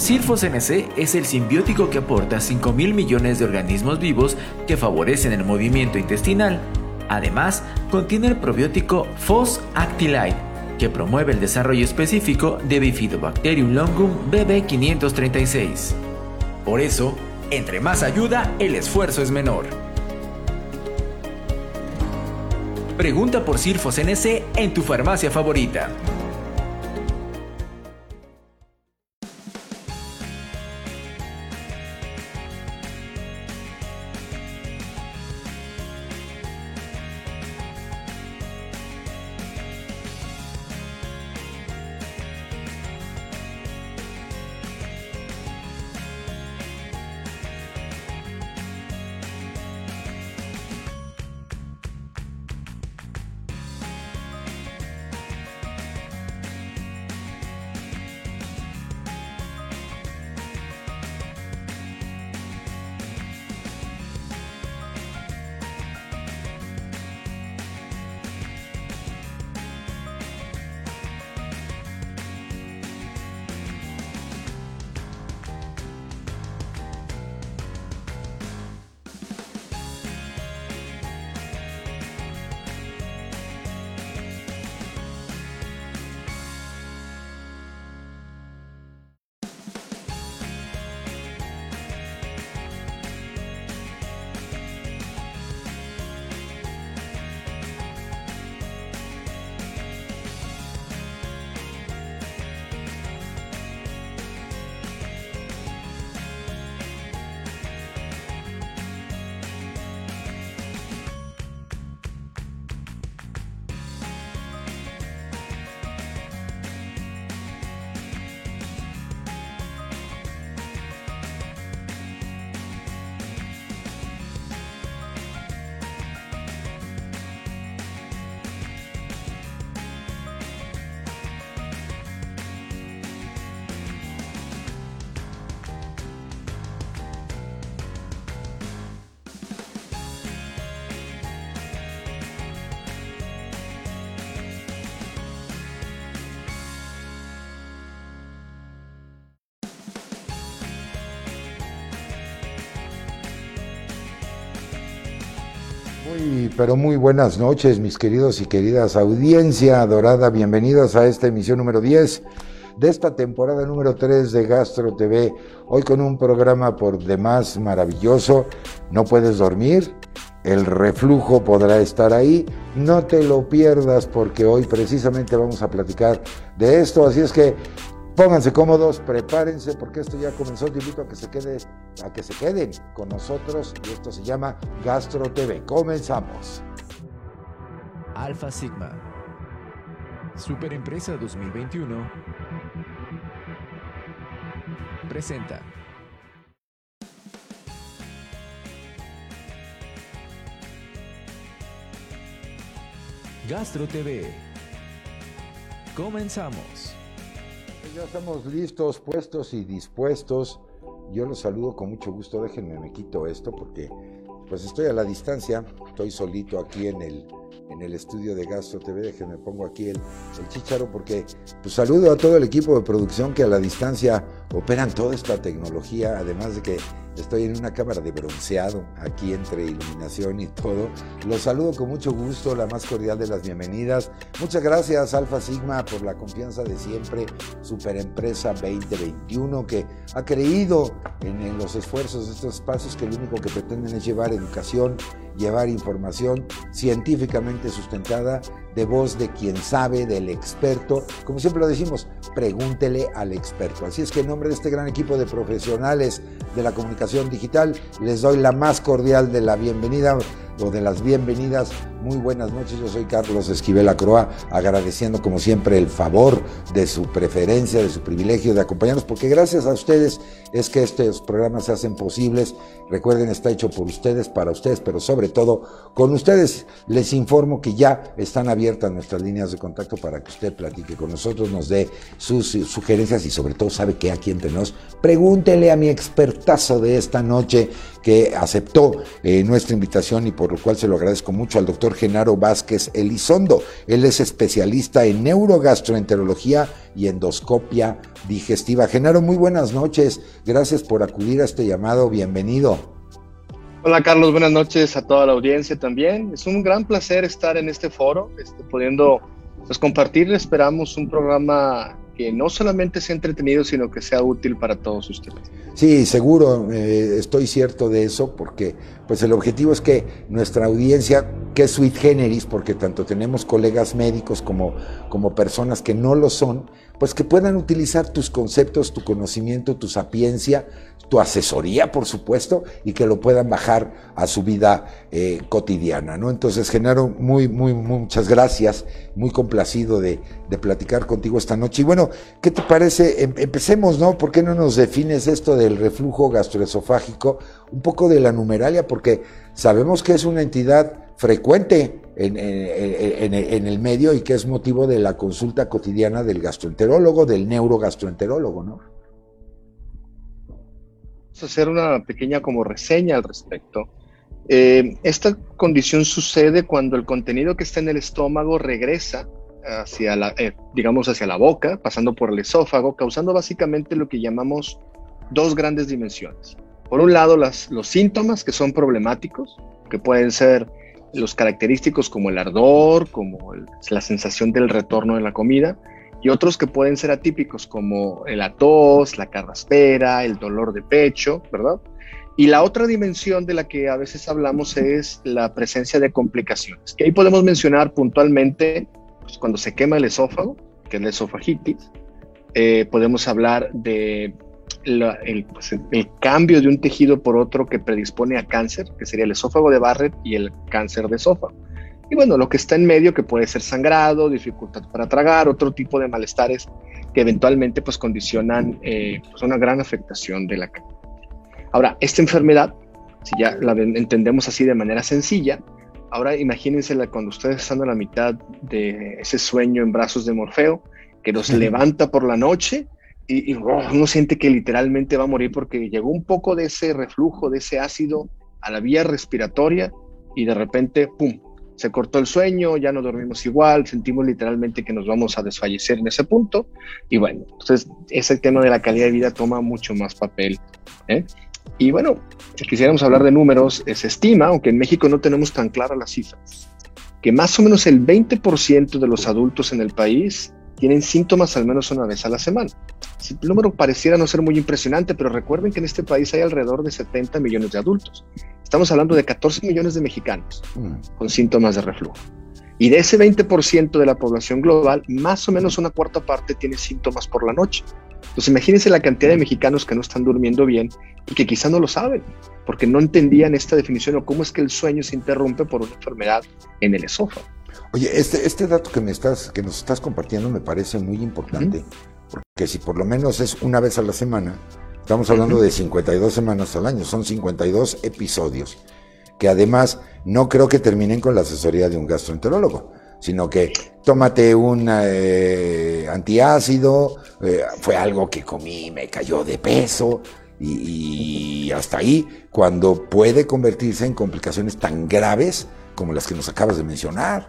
Silfos NC es el simbiótico que aporta 5.000 millones de organismos vivos que favorecen el movimiento intestinal. Además, contiene el probiótico Fos Actilide, que promueve el desarrollo específico de Bifidobacterium longum BB536. Por eso, entre más ayuda, el esfuerzo es menor. Pregunta por Silfos NC en tu farmacia favorita. Pero muy buenas noches, mis queridos y queridas audiencia dorada. Bienvenidos a esta emisión número 10 de esta temporada número 3 de Gastro TV. Hoy con un programa por demás maravilloso. No puedes dormir, el reflujo podrá estar ahí. No te lo pierdas porque hoy precisamente vamos a platicar de esto. Así es que pónganse cómodos, prepárense porque esto ya comenzó. Te invito a que se queden con nosotros y esto se llama Gastro TV. Comenzamos. Alfa Sigma, Superempresa 2021, presenta Gastro TV. Comenzamos. Ya estamos listos, puestos y dispuestos. Yo los saludo con mucho gusto. Déjenme, me quito esto porque pues estoy a la distancia. Estoy solito aquí en el estudio de Gastro TV. Déjenme, pongo aquí el chícharo porque pues saludo a todo el equipo de producción que a la distancia operan toda esta tecnología. Además de que estoy en una cámara de bronceado aquí entre iluminación y todo. Los saludo con mucho gusto, la más cordial de las bienvenidas. Muchas gracias Alfa Sigma por la confianza de siempre. Superempresa 2021 que ha creído en los esfuerzos de estos espacios que lo único que pretenden es llevar educación, llevar información científicamente sustentada de voz de quien sabe, del experto. Como siempre lo decimos, pregúntele al experto. Así es que en nombre de este gran equipo de profesionales de la comunicación digital, les doy la más cordial de la bienvenida o de las bienvenidas. Muy buenas noches, yo soy Carlos Esquivel Acroa, agradeciendo como siempre el favor de su preferencia, de su privilegio de acompañarnos, porque gracias a ustedes es que estos programas se hacen posibles. Recuerden, está hecho por ustedes, para ustedes, pero sobre todo con ustedes. Les informo que ya están abiertas nuestras líneas de contacto para que usted platique con nosotros, nos dé sus sugerencias y sobre todo, sabe que aquí entre nos, pregúntele a mi expertazo de esta noche, que aceptó nuestra invitación y por lo cual se lo agradezco mucho al doctor Genaro Vázquez Elizondo. Él es especialista en neurogastroenterología y endoscopia digestiva. Genaro, muy buenas noches. Gracias por acudir a este llamado. Bienvenido. Hola Carlos, buenas noches a toda la audiencia también. Es un gran placer estar en este foro, pudiendo compartir. Esperamos un programa que no solamente sea entretenido, sino que sea útil para todos ustedes. Sí, seguro, estoy cierto de eso, porque pues el objetivo es que nuestra audiencia, que es sui generis, porque tanto tenemos colegas médicos como personas que no lo son, pues que puedan utilizar tus conceptos, tu conocimiento, tu sapiencia, tu asesoría, por supuesto, y que lo puedan bajar a su vida cotidiana, ¿no? Entonces, Genaro, muchas gracias, muy complacido de platicar contigo esta noche. Y bueno, ¿qué te parece? Empecemos, ¿no? ¿Por qué no nos defines esto del reflujo gastroesofágico? Un poco de la numeralia, porque sabemos que es una entidad frecuente en el medio y que es motivo de la consulta cotidiana del gastroenterólogo, del neurogastroenterólogo, ¿no? Vamos a hacer una pequeña reseña al respecto. Esta condición sucede cuando el contenido que está en el estómago regresa hacia hacia la boca, pasando por el esófago, causando básicamente lo que llamamos dos grandes dimensiones. Por un lado, los síntomas que son problemáticos, que pueden ser los característicos como el ardor, como la sensación del retorno de la comida, y otros que pueden ser atípicos como la tos, la carraspera, el dolor de pecho, ¿verdad? Y la otra dimensión de la que a veces hablamos es la presencia de complicaciones, que ahí podemos mencionar puntualmente pues, cuando se quema el esófago, que es la esofagitis. Podemos hablar de el cambio de un tejido por otro que predispone a cáncer, que sería el esófago de Barrett y el cáncer de esófago. Y bueno, lo que está en medio, que puede ser sangrado, dificultad para tragar, otro tipo de malestares que eventualmente pues condicionan una gran afectación de la carne. Ahora, esta enfermedad, si ya la entendemos así de manera sencilla, ahora imagínensela cuando ustedes están a la mitad de ese sueño en brazos de Morfeo, que nos levanta por la noche y uno siente que literalmente va a morir porque llegó un poco de ese reflujo, de ese ácido a la vía respiratoria y de repente, ¡pum!, se cortó el sueño, ya no dormimos igual, sentimos literalmente que nos vamos a desfallecer en ese punto. Y bueno, entonces ese tema de la calidad de vida toma mucho más papel, ¿eh? Y bueno, si quisiéramos hablar de números, se estima, aunque en México no tenemos tan claras las cifras, que más o menos el 20% de los adultos en el país tienen síntomas al menos una vez a la semana. El número pareciera no ser muy impresionante, pero recuerden que en este país hay alrededor de 70 millones de adultos. Estamos hablando de 14 millones de mexicanos con síntomas de reflujo. Y de ese 20% de la población global, más o menos una cuarta parte tiene síntomas por la noche. Entonces imagínense la cantidad de mexicanos que no están durmiendo bien y que quizá no lo saben, porque no entendían esta definición o cómo es que el sueño se interrumpe por una enfermedad en el esófago. Oye, este dato que nos estás compartiendo me parece muy importante, porque si por lo menos es una vez a la semana, estamos hablando de 52 semanas al año, son 52 episodios, que además no creo que terminen con la asesoría de un gastroenterólogo, sino que tómate un antiácido, fue algo que comí, me cayó de peso, y hasta ahí, cuando puede convertirse en complicaciones tan graves como las que nos acabas de mencionar.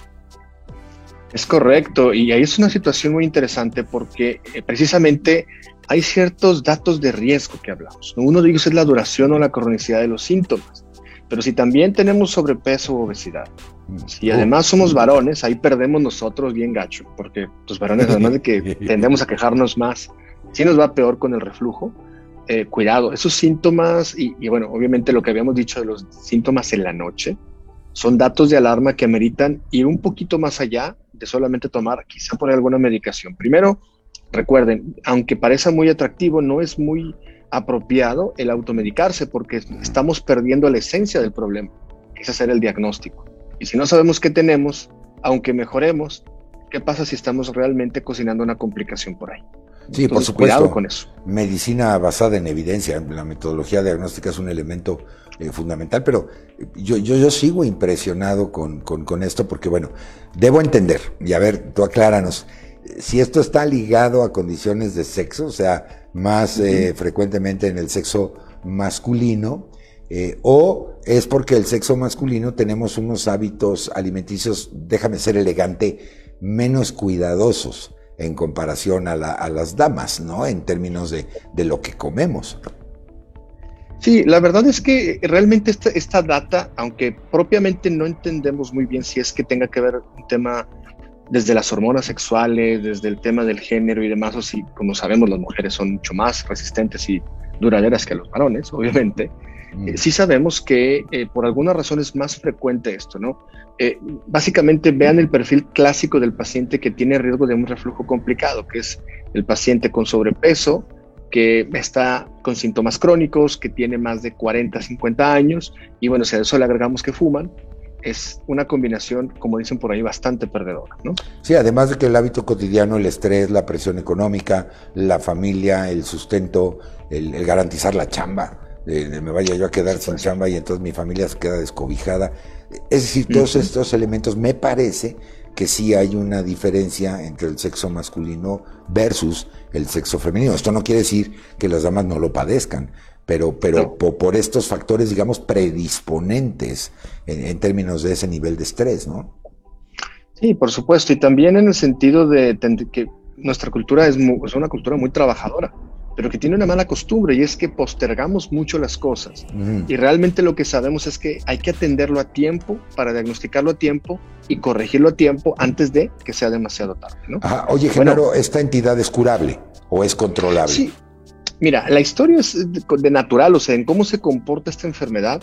Es correcto, y ahí es una situación muy interesante porque precisamente hay ciertos datos de riesgo que hablamos. Uno de ellos es la duración o la cronicidad de los síntomas, pero si también tenemos sobrepeso o obesidad, si además somos varones, ahí perdemos nosotros bien gacho, porque los varones, además de que tendemos a quejarnos más, si nos va peor con el reflujo. Cuidado, esos síntomas y bueno, obviamente lo que habíamos dicho de los síntomas en la noche, son datos de alarma que ameritan ir un poquito más allá de solamente tomar quizá por alguna medicación. Primero, recuerden, aunque parezca muy atractivo, no es muy apropiado el automedicarse porque estamos perdiendo la esencia del problema, que es hacer el diagnóstico. Y si no sabemos qué tenemos, aunque mejoremos, ¿qué pasa si estamos realmente cocinando una complicación por ahí? Sí, entonces, por supuesto. Cuidado con eso. Medicina basada en evidencia, la metodología diagnóstica es un elemento fundamental, pero yo sigo impresionado con esto porque, bueno, debo entender, y a ver, tú acláranos, si esto está ligado a condiciones de sexo, o sea, más frecuentemente en el sexo masculino, o es porque el sexo masculino tenemos unos hábitos alimenticios, déjame ser elegante, menos cuidadosos en comparación a las damas, ¿no? En términos de lo que comemos. Sí, la verdad es que realmente esta data, aunque propiamente no entendemos muy bien si es que tenga que ver un tema desde las hormonas sexuales, desde el tema del género y demás, o si, como sabemos, las mujeres son mucho más resistentes y duraderas que los varones, obviamente. Sí sabemos que por alguna razón es más frecuente esto, ¿no? Básicamente vean el perfil clásico del paciente que tiene riesgo de un reflujo complicado, que es el paciente con sobrepeso, que está con síntomas crónicos, que tiene más de 40, 50 años, y bueno, si a eso le agregamos que fuman, es una combinación, como dicen por ahí, bastante perdedora, ¿no? Sí, además de que el hábito cotidiano, el estrés, la presión económica, la familia, el sustento, el garantizar la chamba, me vaya yo a quedar sin chamba y entonces mi familia se queda descobijada. Es decir, todos estos elementos, me parece que sí hay una diferencia entre el sexo masculino versus el sexo femenino. Esto no quiere decir que las damas no lo padezcan, pero no. por estos factores, digamos, predisponentes en términos de ese nivel de estrés, ¿no? Sí, por supuesto, y también en el sentido de que nuestra cultura es una cultura muy trabajadora, pero que tiene una mala costumbre, y es que postergamos mucho las cosas. Y realmente lo que sabemos es que hay que atenderlo a tiempo, para diagnosticarlo a tiempo y corregirlo a tiempo antes de que sea demasiado tarde, ¿no? Ajá. Oye, Genaro, ¿esta entidad es curable o es controlable? Sí. Mira, la historia es de natural, o sea, en cómo se comporta esta enfermedad,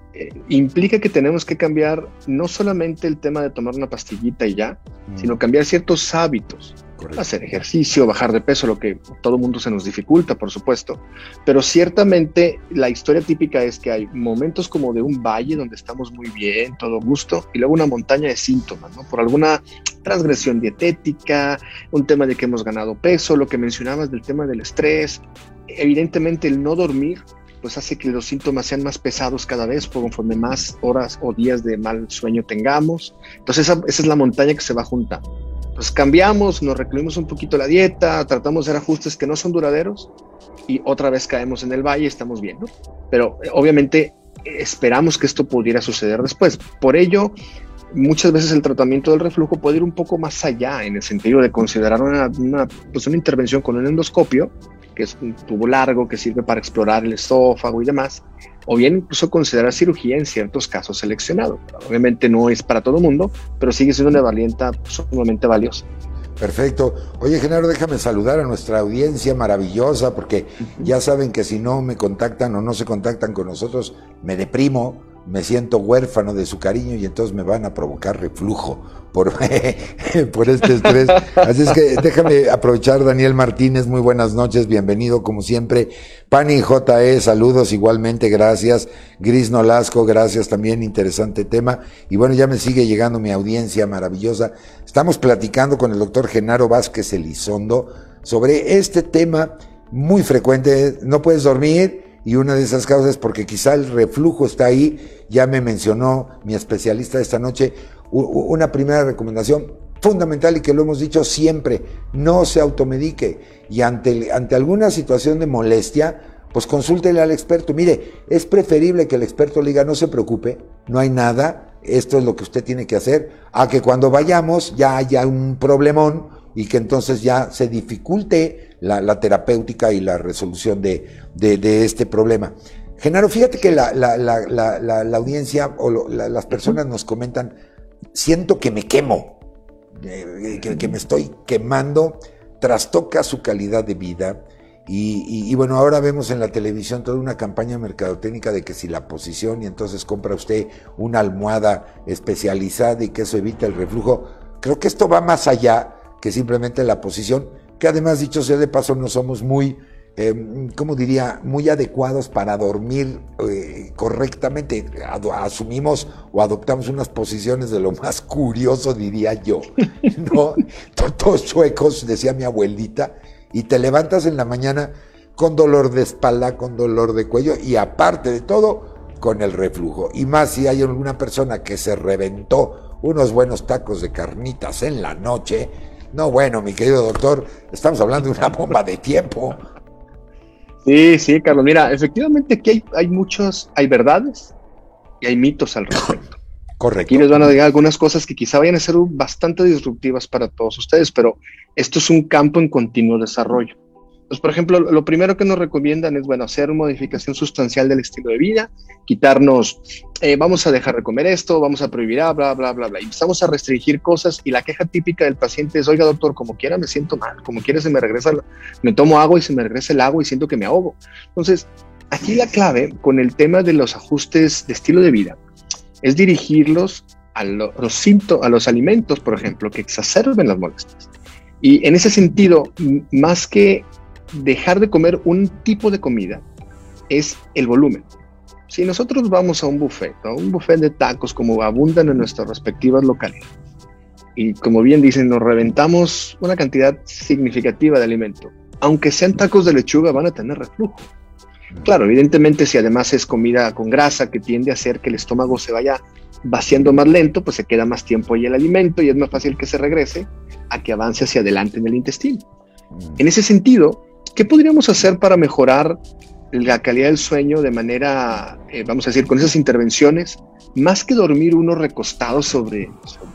implica que tenemos que cambiar no solamente el tema de tomar una pastillita y ya, sino cambiar ciertos hábitos. Correcto. Hacer ejercicio, bajar de peso, lo que todo mundo se nos dificulta, por supuesto. Pero ciertamente la historia típica es que hay momentos como de un valle donde estamos muy bien, todo gusto, y luego una montaña de síntomas, ¿no? Por alguna transgresión dietética, un tema de que hemos ganado peso, lo que mencionabas del tema del estrés. Evidentemente el no dormir pues hace que los síntomas sean más pesados cada vez conforme más horas o días de mal sueño tengamos. Entonces esa es la montaña que se va juntando. Entonces cambiamos, nos recluimos un poquito la dieta, tratamos de hacer ajustes que no son duraderos y otra vez caemos en el valle y estamos bien, ¿no? Pero obviamente esperamos que esto pudiera suceder después. Por ello, muchas veces el tratamiento del reflujo puede ir un poco más allá en el sentido de considerar una intervención con un endoscopio, que es un tubo largo que sirve para explorar el esófago y demás, o bien incluso considerar cirugía en ciertos casos seleccionados. Obviamente no es para todo el mundo, pero sigue siendo una herramienta sumamente valiosa. Perfecto. Oye, Genaro, déjame saludar a nuestra audiencia maravillosa, porque ya saben que si no me contactan o no se contactan con nosotros, me deprimo, me siento huérfano de su cariño y entonces me van a provocar reflujo por este estrés. Así es que déjame aprovechar. Daniel Martínez, muy buenas noches, bienvenido como siempre. Pani J.E., saludos igualmente, gracias. Gris Nolasco, gracias también, interesante tema. Y bueno, ya me sigue llegando mi audiencia maravillosa. Estamos platicando con el doctor Genaro Vázquez Elizondo sobre este tema muy frecuente. No puedes dormir, y una de esas causas es porque quizá el reflujo está ahí. Ya me mencionó mi especialista de esta noche una primera recomendación fundamental, y que lo hemos dicho siempre: no se automedique, y ante alguna situación de molestia, pues consúltele al experto. Mire, es preferible que el experto le diga: no se preocupe, no hay nada, esto es lo que usted tiene que hacer, a que cuando vayamos ya haya un problemón y que entonces ya se dificulte la terapéutica y la resolución de este problema. Genaro, fíjate que la audiencia o las personas nos comentan: siento que me quemo, que me estoy quemando, trastoca su calidad de vida. Y bueno, ahora vemos en la televisión toda una campaña mercadotécnica de que si la posición, y entonces compra usted una almohada especializada y que eso evita el reflujo. Creo que esto va más allá que simplemente la posición, que además, dicho sea de paso, no somos muy, ¿cómo diría?, muy adecuados para dormir correctamente. Asumimos o adoptamos unas posiciones de lo más curioso, diría yo, ¿no? Todos chuecos, decía mi abuelita, y te levantas en la mañana con dolor de espalda, con dolor de cuello, y aparte de todo, con el reflujo. Y más si hay alguna persona que se reventó unos buenos tacos de carnitas en la noche. No, bueno, mi querido doctor, estamos hablando de una bomba de tiempo. Sí, Carlos. Mira, efectivamente aquí hay verdades y hay mitos al respecto. Correcto. Aquí les van a llegar algunas cosas que quizá vayan a ser bastante disruptivas para todos ustedes, pero esto es un campo en continuo desarrollo. Entonces, por ejemplo, lo primero que nos recomiendan es, bueno, hacer una modificación sustancial del estilo de vida, quitarnos, vamos a dejar de comer esto, vamos a prohibir, bla, bla, bla, bla. Y empezamos a restringir cosas y la queja típica del paciente es, oiga, doctor, como quiera me siento mal, como quiera se me regresa, me tomo agua y se me regresa el agua y siento que me ahogo. Entonces, aquí la clave con el tema de los ajustes de estilo de vida es dirigirlos a los alimentos, por ejemplo, que exacerben las molestias. Y en ese sentido, más que dejar de comer un tipo de comida, es el volumen. Si nosotros vamos a un buffet de tacos como abundan en nuestras respectivas localidades, y como bien dicen, nos reventamos una cantidad significativa de alimento, aunque sean tacos de lechuga, van a tener reflujo. Claro, evidentemente si además es comida con grasa que tiende a hacer que el estómago se vaya vaciando más lento, pues se queda más tiempo ahí el alimento y es más fácil que se regrese a que avance hacia adelante en el intestino. En ese sentido, ¿qué podríamos hacer para mejorar la calidad del sueño de manera, vamos a decir, con esas intervenciones? Más que dormir uno recostado sobre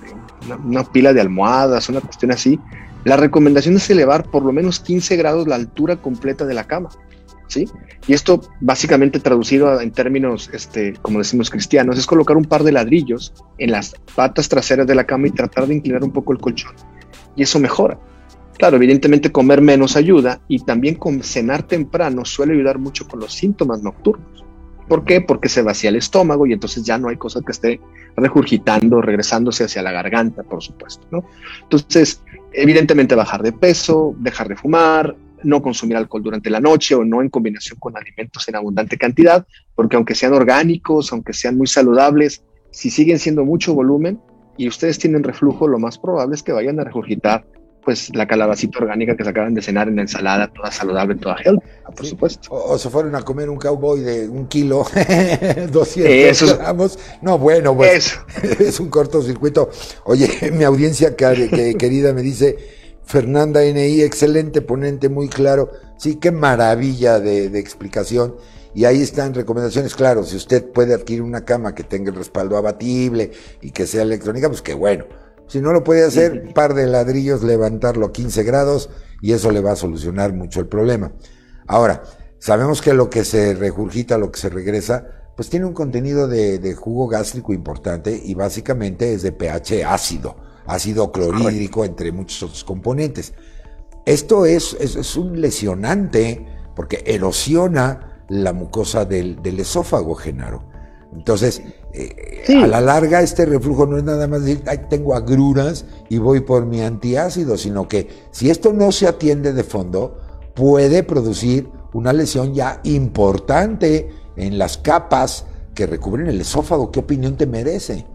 una pila de almohadas, una cuestión así, la recomendación es elevar por lo menos 15 grados la altura completa de la cama, ¿sí? Y esto básicamente traducido en términos, como decimos cristianos, es colocar un par de ladrillos en las patas traseras de la cama y tratar de inclinar un poco el colchón. Y eso mejora. Claro, evidentemente comer menos ayuda y también cenar temprano suele ayudar mucho con los síntomas nocturnos. ¿Por qué? Porque se vacía el estómago y entonces ya no hay cosa que esté regurgitando, regresándose hacia la garganta, por supuesto, ¿no? Entonces, evidentemente bajar de peso, dejar de fumar, no consumir alcohol durante la noche o no en combinación con alimentos en abundante cantidad, porque aunque sean orgánicos, aunque sean muy saludables, si siguen siendo mucho volumen y ustedes tienen reflujo, lo más probable es que vayan a regurgitar pues la calabacita orgánica que se acaban de cenar en la ensalada, toda saludable, toda healthy, por supuesto. O se fueron a comer un cowboy de 1 kilo, 200 gramos. No, bueno, pues es un cortocircuito. Oye, mi audiencia querida me dice, Fernanda N.I., excelente ponente, muy claro. Sí, qué maravilla de explicación. Y ahí están recomendaciones, claro, si usted puede adquirir una cama que tenga el respaldo abatible y que sea electrónica, pues qué bueno. Si no lo puede hacer, un par de ladrillos, levantarlo a 15 grados y eso le va a solucionar mucho el problema. Ahora, sabemos que lo que se regurgita, lo que se regresa, pues tiene un contenido de jugo gástrico importante y básicamente es de pH ácido clorhídrico, entre muchos otros componentes. Esto es un lesionante porque erosiona la mucosa del esófago, Genaro. Entonces, a la larga este reflujo no es nada más decir, ay, tengo agruras y voy por mi antiácido, sino que si esto no se atiende de fondo, puede producir una lesión ya importante en las capas que recubren el esófago. ¿Qué opinión te merece?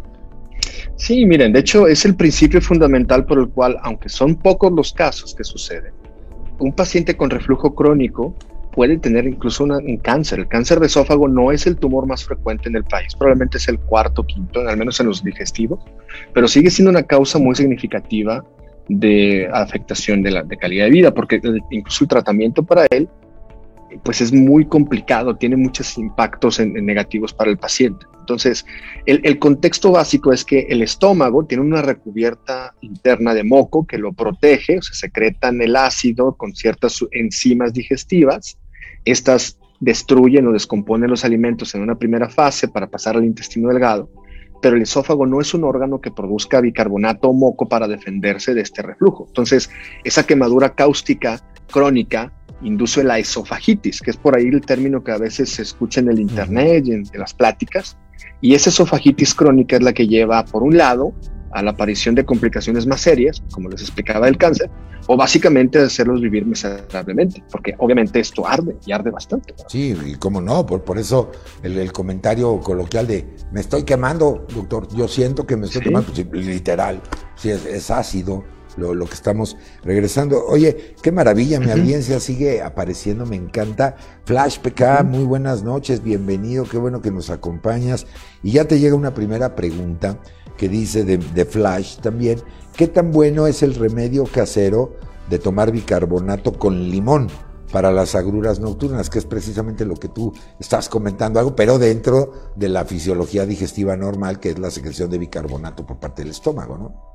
Sí, miren, de hecho es el principio fundamental por el cual, aunque son pocos los casos que suceden, un paciente con reflujo crónico puede tener incluso un cáncer. El cáncer de esófago no es el tumor más frecuente en el país, probablemente es el 4º, 5º, al menos en los digestivos, pero sigue siendo una causa muy significativa de afectación de calidad de vida, porque incluso el tratamiento para él pues es muy complicado, tiene muchos impactos negativos para el paciente. Entonces, el contexto básico es que el estómago tiene una recubierta interna de moco que lo protege, o sea, secretan el ácido con ciertas enzimas digestivas. Estas destruyen o descomponen los alimentos en una primera fase para pasar al intestino delgado, pero el esófago no es un órgano que produzca bicarbonato o moco para defenderse de este reflujo. Entonces, esa quemadura cáustica crónica induce la esofagitis, que es por ahí el término que a veces se escucha en el internet y en las pláticas, y esa esofagitis crónica es la que lleva, por un lado, a la aparición de complicaciones más serias, como les explicaba del cáncer, o básicamente de hacerlos vivir miserablemente, porque obviamente esto arde, y arde bastante. Sí, y cómo no, por eso el comentario coloquial de me estoy quemando, doctor, yo siento que me estoy quemando, pues, literal, sí, es ácido lo que estamos regresando. Oye, qué maravilla, mi audiencia sigue apareciendo, me encanta. Flash PK, muy buenas noches, bienvenido, qué bueno que nos acompañas. Y ya te llega una primera pregunta que dice de Flash también, ¿qué tan bueno es el remedio casero de tomar bicarbonato con limón para las agruras nocturnas, que es precisamente lo que tú estás comentando, algo, pero dentro de la fisiología digestiva normal, que es la secreción de bicarbonato por parte del estómago,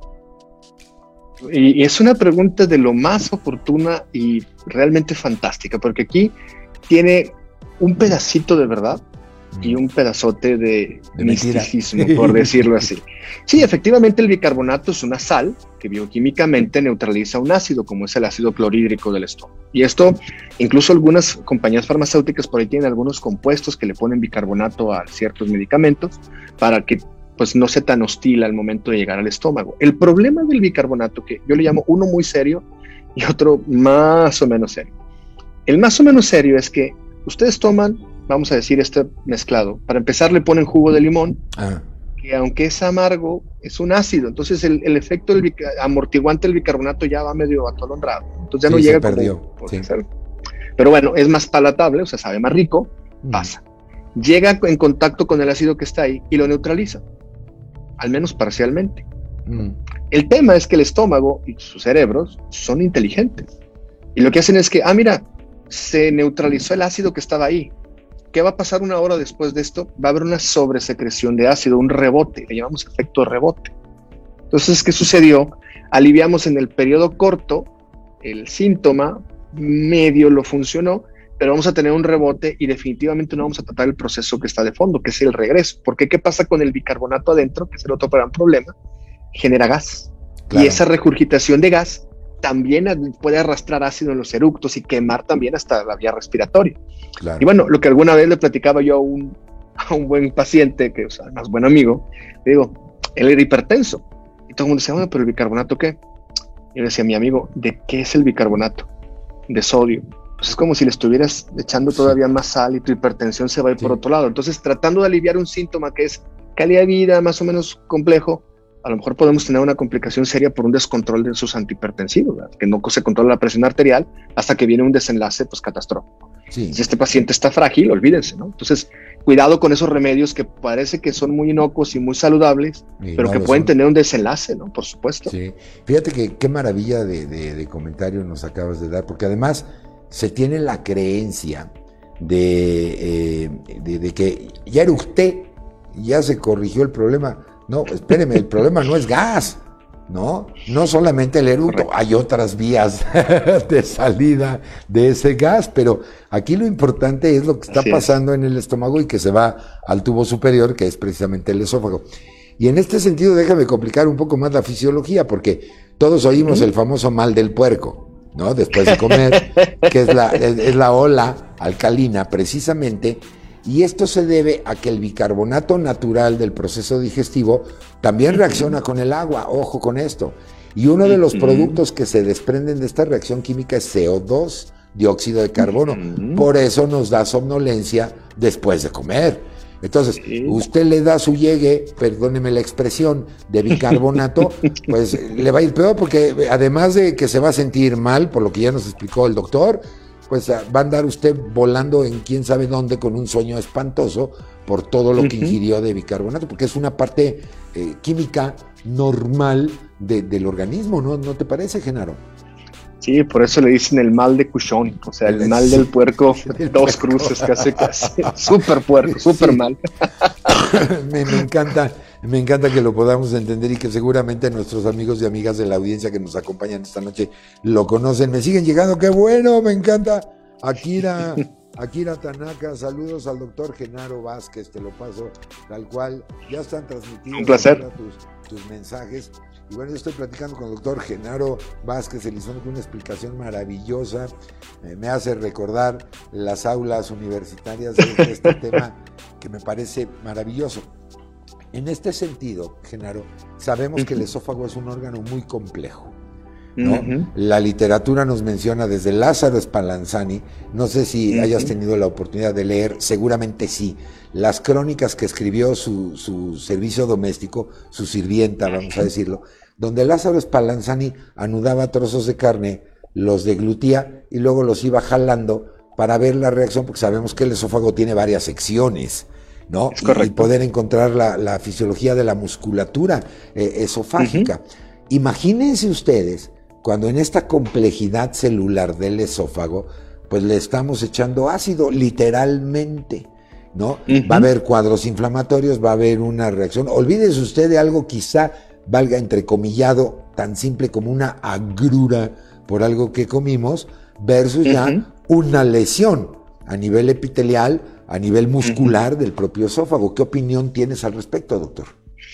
¿no? Y es una pregunta de lo más oportuna y realmente fantástica, porque aquí tiene un pedacito de verdad y un pedazote de misticismo, por decirlo así. Sí, efectivamente el bicarbonato es una sal que bioquímicamente neutraliza un ácido, como es el ácido clorhídrico del estómago. Y esto, incluso algunas compañías farmacéuticas por ahí tienen algunos compuestos que le ponen bicarbonato a ciertos medicamentos para que pues no sea tan hostil al momento de llegar al estómago. El problema del bicarbonato, que yo le llamo uno muy serio y otro más o menos serio. El más o menos serio es que ustedes toman, vamos a decir, este mezclado. Para empezar le ponen jugo de limón, que aunque es amargo, es un ácido. Entonces el efecto amortiguante del bicarbonato ya va medio atolondrado. Entonces ya no llega perdió. Sí. Pero bueno, es más palatable, o sea, sabe más rico, pasa. Llega en contacto con el ácido que está ahí y lo neutraliza, al menos parcialmente. El tema es que el estómago y sus cerebros son inteligentes. Y lo que hacen es que, mira, se neutralizó el ácido que estaba ahí. ¿Qué va a pasar una hora después de esto? Va a haber una sobresecreción de ácido, un rebote, le llamamos efecto rebote. Entonces, ¿qué sucedió? Aliviamos en el periodo corto el síntoma, medio lo funcionó, pero vamos a tener un rebote y definitivamente no vamos a tratar el proceso que está de fondo, que es el regreso. Porque ¿qué pasa con el bicarbonato adentro? Que es el otro gran problema. Genera gas. Claro. Y esa regurgitación de gas también puede arrastrar ácido en los eructos y quemar también hasta la vía respiratoria. Claro. Y bueno, lo que alguna vez le platicaba yo a un buen paciente, que, o sea, más buen amigo, le digo, él era hipertenso. Y todo el mundo decía, bueno, pero el bicarbonato, ¿qué? Y yo le decía a mi amigo, ¿de qué es el bicarbonato? De sodio. Pues es como si le estuvieras echando todavía más sal y tu hipertensión se va a ir por otro lado. Entonces, tratando de aliviar un síntoma que es calidad de vida más o menos complejo, a lo mejor podemos tener una complicación seria por un descontrol de sus antihipertensivos, ¿verdad? Que no se controla la presión arterial hasta que viene un desenlace pues catastrófico. Si este paciente está frágil, olvídense, ¿no? Entonces, cuidado con esos remedios que parece que son muy inocuos y muy saludables, pero que pueden tener un desenlace, ¿no? Por supuesto. Sí, fíjate que qué maravilla de comentario nos acabas de dar, porque además se tiene la creencia de que ya eructé, ya se corrigió el problema. No, espéreme, el problema no es gas, ¿no? No solamente el eructo, hay otras vías de salida de ese gas, pero aquí lo importante es lo que está pasando en el estómago y que se va al tubo superior, que es precisamente el esófago. Y en este sentido, déjame complicar un poco más la fisiología, porque todos oímos el famoso mal del puerco, ¿no? Después de comer, que es la ola alcalina, precisamente. Y esto se debe a que el bicarbonato natural del proceso digestivo también reacciona con el agua, ojo con esto. Y uno de los productos que se desprenden de esta reacción química es CO2, dióxido de carbono. Por eso nos da somnolencia después de comer. Entonces, usted le da su llegue, perdóneme la expresión, de bicarbonato, pues le va a ir peor porque además de que se va a sentir mal, por lo que ya nos explicó el doctor, pues va a andar usted volando en quién sabe dónde con un sueño espantoso por todo lo que ingirió de bicarbonato, porque es una parte química normal del organismo, ¿no te parece, Genaro? Sí, por eso le dicen el mal de Cushón, o sea, el mal del puerco, dos cruces casi, súper puerco, súper mal. Me encanta que lo podamos entender y que seguramente nuestros amigos y amigas de la audiencia que nos acompañan esta noche lo conocen. Me siguen llegando, qué bueno, me encanta. Akira Tanaka, saludos al doctor Genaro Vázquez, te lo paso tal cual. Ya están transmitidos. Un placer. Tus mensajes. Y bueno, yo estoy platicando con el doctor Genaro Vázquez Elizondo con una explicación maravillosa. Me hace recordar las aulas universitarias de este tema que me parece maravilloso. En este sentido, Genaro, sabemos que el esófago es un órgano muy complejo, ¿no? La literatura nos menciona desde Lázaro Spallanzani, no sé si hayas tenido la oportunidad de leer, seguramente sí, las crónicas que escribió su servicio doméstico, su sirvienta, vamos a decirlo, donde Lázaro Spallanzani anudaba trozos de carne, los deglutía y luego los iba jalando para ver la reacción, porque sabemos que el esófago tiene varias secciones, ¿no? Y poder encontrar la fisiología de la musculatura esofágica. Imagínense ustedes cuando en esta complejidad celular del esófago pues le estamos echando ácido, literalmente, ¿no? Uh-huh. Va a haber cuadros inflamatorios, va a haber una reacción. Olvídese usted de algo quizá valga entrecomillado, tan simple como una agrura por algo que comimos, versus ya una lesión a nivel epitelial, a nivel muscular del propio esófago. ¿Qué opinión tienes al respecto, doctor?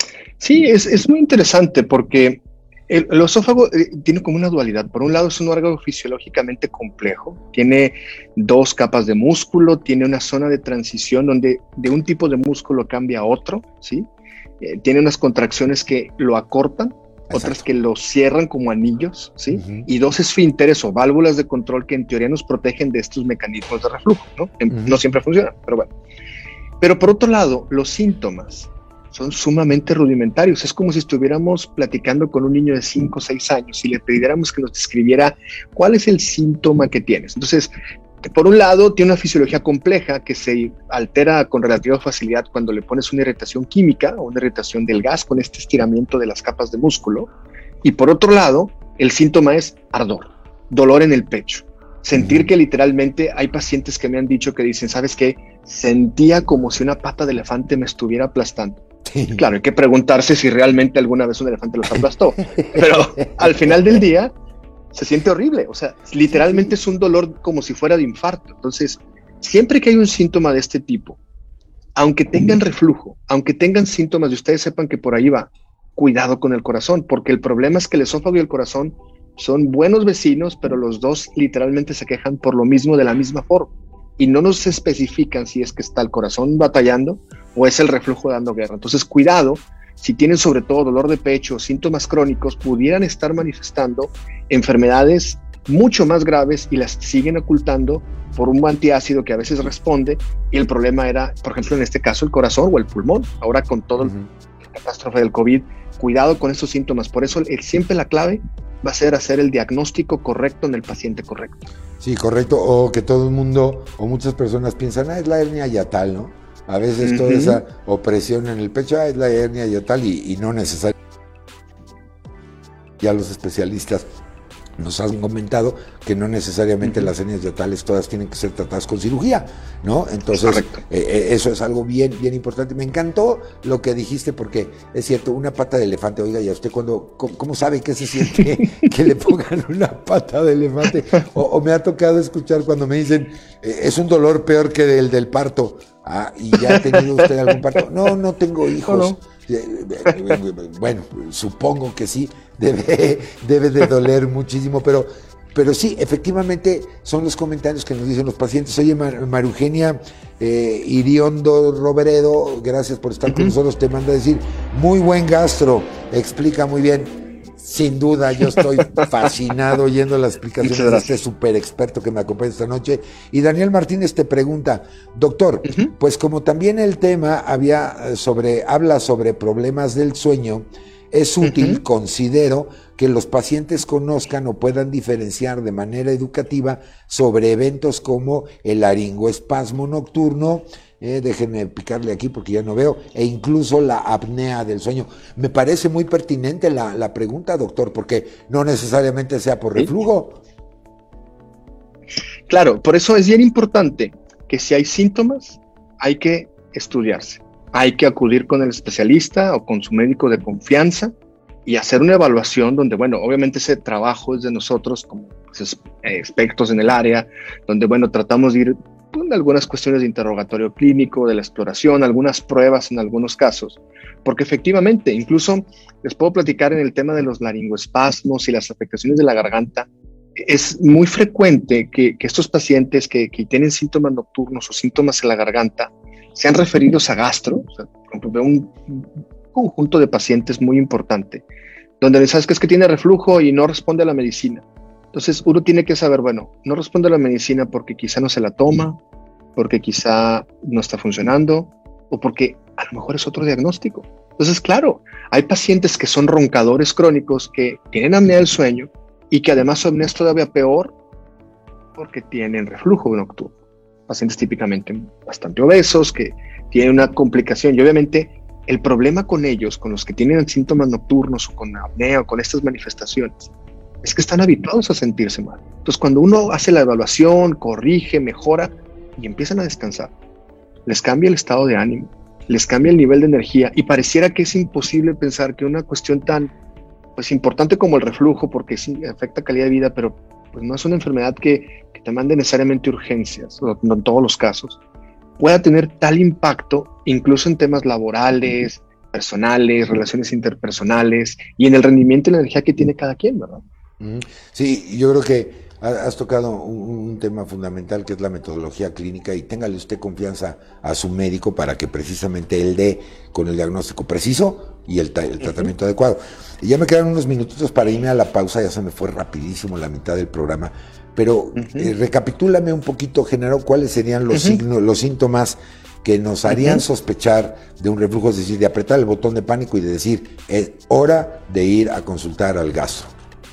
Sí, es muy interesante porque el esófago tiene como una dualidad. Por un lado es un órgano fisiológicamente complejo, tiene 2 capas de músculo, tiene una zona de transición donde de un tipo de músculo cambia a otro, ¿sí? Tiene unas contracciones que lo acortan, otras que lo cierran como anillos, ¿sí? Y 2 esfínteres o válvulas de control que en teoría nos protegen de estos mecanismos de reflujo, ¿no? No siempre funcionan, pero bueno. Pero por otro lado, los síntomas son sumamente rudimentarios. Es como si estuviéramos platicando con un niño de 5 o 6 años y le pidiéramos que nos describiera cuál es el síntoma que tienes. Entonces, por un lado, tiene una fisiología compleja que se altera con relativa facilidad cuando le pones una irritación química o una irritación del gas con este estiramiento de las capas de músculo. Y por otro lado, el síntoma es ardor, dolor en el pecho. Sentir que literalmente hay pacientes que me han dicho que dicen, ¿sabes qué? Sentía como si una pata de elefante me estuviera aplastando. Claro, hay que preguntarse si realmente alguna vez un elefante los aplastó. Pero al final del día, se siente horrible, o sea, literalmente es un dolor como si fuera de infarto. Entonces, siempre que hay un síntoma de este tipo, aunque tengan reflujo, aunque tengan síntomas y ustedes sepan que por ahí va, cuidado con el corazón, porque el problema es que el esófago y el corazón son buenos vecinos, pero los dos literalmente se quejan por lo mismo de la misma forma. Y no nos especifican si es que está el corazón batallando o es el reflujo dando guerra. Entonces, cuidado. Si tienen sobre todo dolor de pecho, síntomas crónicos, pudieran estar manifestando enfermedades mucho más graves y las siguen ocultando por un antiácido que a veces responde, y el problema era, por ejemplo, en este caso, el corazón o el pulmón. Ahora con todo la catástrofe del COVID, cuidado con esos síntomas. Por eso siempre la clave va a ser hacer el diagnóstico correcto en el paciente correcto. Sí, correcto, o que todo el mundo o muchas personas piensan, es la hernia yatal, ¿no? A veces toda esa opresión en el pecho, es la hernia yatal y no necesariamente. Ya los especialistas nos han comentado que no necesariamente las hernias yatales todas tienen que ser tratadas con cirugía, ¿no? Entonces, eso es algo bien importante. Me encantó lo que dijiste porque es cierto, una pata de elefante, oiga, ¿y a usted cómo sabe que se siente que le pongan una pata de elefante? O me ha tocado escuchar cuando me dicen, es un dolor peor que el del parto. ¿Y ya ha tenido usted algún parto? No tengo hijos. No. Bueno, supongo que sí, debe de doler muchísimo, pero sí, efectivamente son los comentarios que nos dicen los pacientes. Oye, María Eugenia Iriondo Roveredo, gracias por estar con nosotros, te manda a decir, muy buen gastro, explica muy bien. Sin duda, yo estoy fascinado oyendo las explicaciones de este súper experto que me acompaña esta noche. Y Daniel Martínez te pregunta, doctor, pues como también el tema habla sobre problemas del sueño, es útil, considero, que los pacientes conozcan o puedan diferenciar de manera educativa sobre eventos como el laringoespasmo nocturno, déjenme picarle aquí porque ya no veo, e incluso la apnea del sueño. Me parece muy pertinente la pregunta, doctor, porque no necesariamente sea por reflujo. Claro, por eso es bien importante que si hay síntomas, hay que estudiarse. Hay que acudir con el especialista o con su médico de confianza y hacer una evaluación donde, bueno, obviamente ese trabajo es de nosotros como expertos en el área, donde, bueno, tratamos de ir con algunas cuestiones de interrogatorio clínico, de la exploración, algunas pruebas en algunos casos, porque efectivamente, incluso les puedo platicar en el tema de los laringoespasmos y las afectaciones de la garganta. Es muy frecuente que estos pacientes que tienen síntomas nocturnos o síntomas en la garganta sean referidos a gastro, o sea, un conjunto de pacientes muy importante, donde sabes que es que tiene reflujo y no responde a la medicina. Entonces uno tiene que saber, bueno, no responde a la medicina porque quizá no se la toma, porque quizá no está funcionando, o porque a lo mejor es otro diagnóstico. Entonces, claro, hay pacientes que son roncadores crónicos, que tienen apnea del sueño y que además su apnea es todavía peor porque tienen reflujo nocturno. Pacientes típicamente bastante obesos, que tienen una complicación, y obviamente el problema con ellos, con los que tienen síntomas nocturnos o con apnea o con estas manifestaciones, es que están habituados a sentirse mal. Entonces, cuando uno hace la evaluación, corrige, mejora y empiezan a descansar, les cambia el estado de ánimo, les cambia el nivel de energía y pareciera que es imposible pensar que una cuestión tan pues importante como el reflujo, porque sí afecta calidad de vida, pero pues no es una enfermedad que te mande necesariamente urgencias, no en todos los casos, pueda tener tal impacto incluso en temas laborales, personales, relaciones interpersonales y en el rendimiento y la energía que tiene cada quien, ¿verdad? Sí, yo creo que has tocado un tema fundamental que es la metodología clínica, y téngale usted confianza a su médico para que precisamente él dé con el diagnóstico preciso y el tratamiento adecuado. Y ya me quedan unos minutitos para irme a la pausa, ya se me fue rapidísimo la mitad del programa, pero recapitúlame un poquito, Genaro, cuáles serían los signos, los síntomas que nos harían sospechar de un reflujo, es decir, de apretar el botón de pánico y de decir, es hora de ir a consultar al gastro.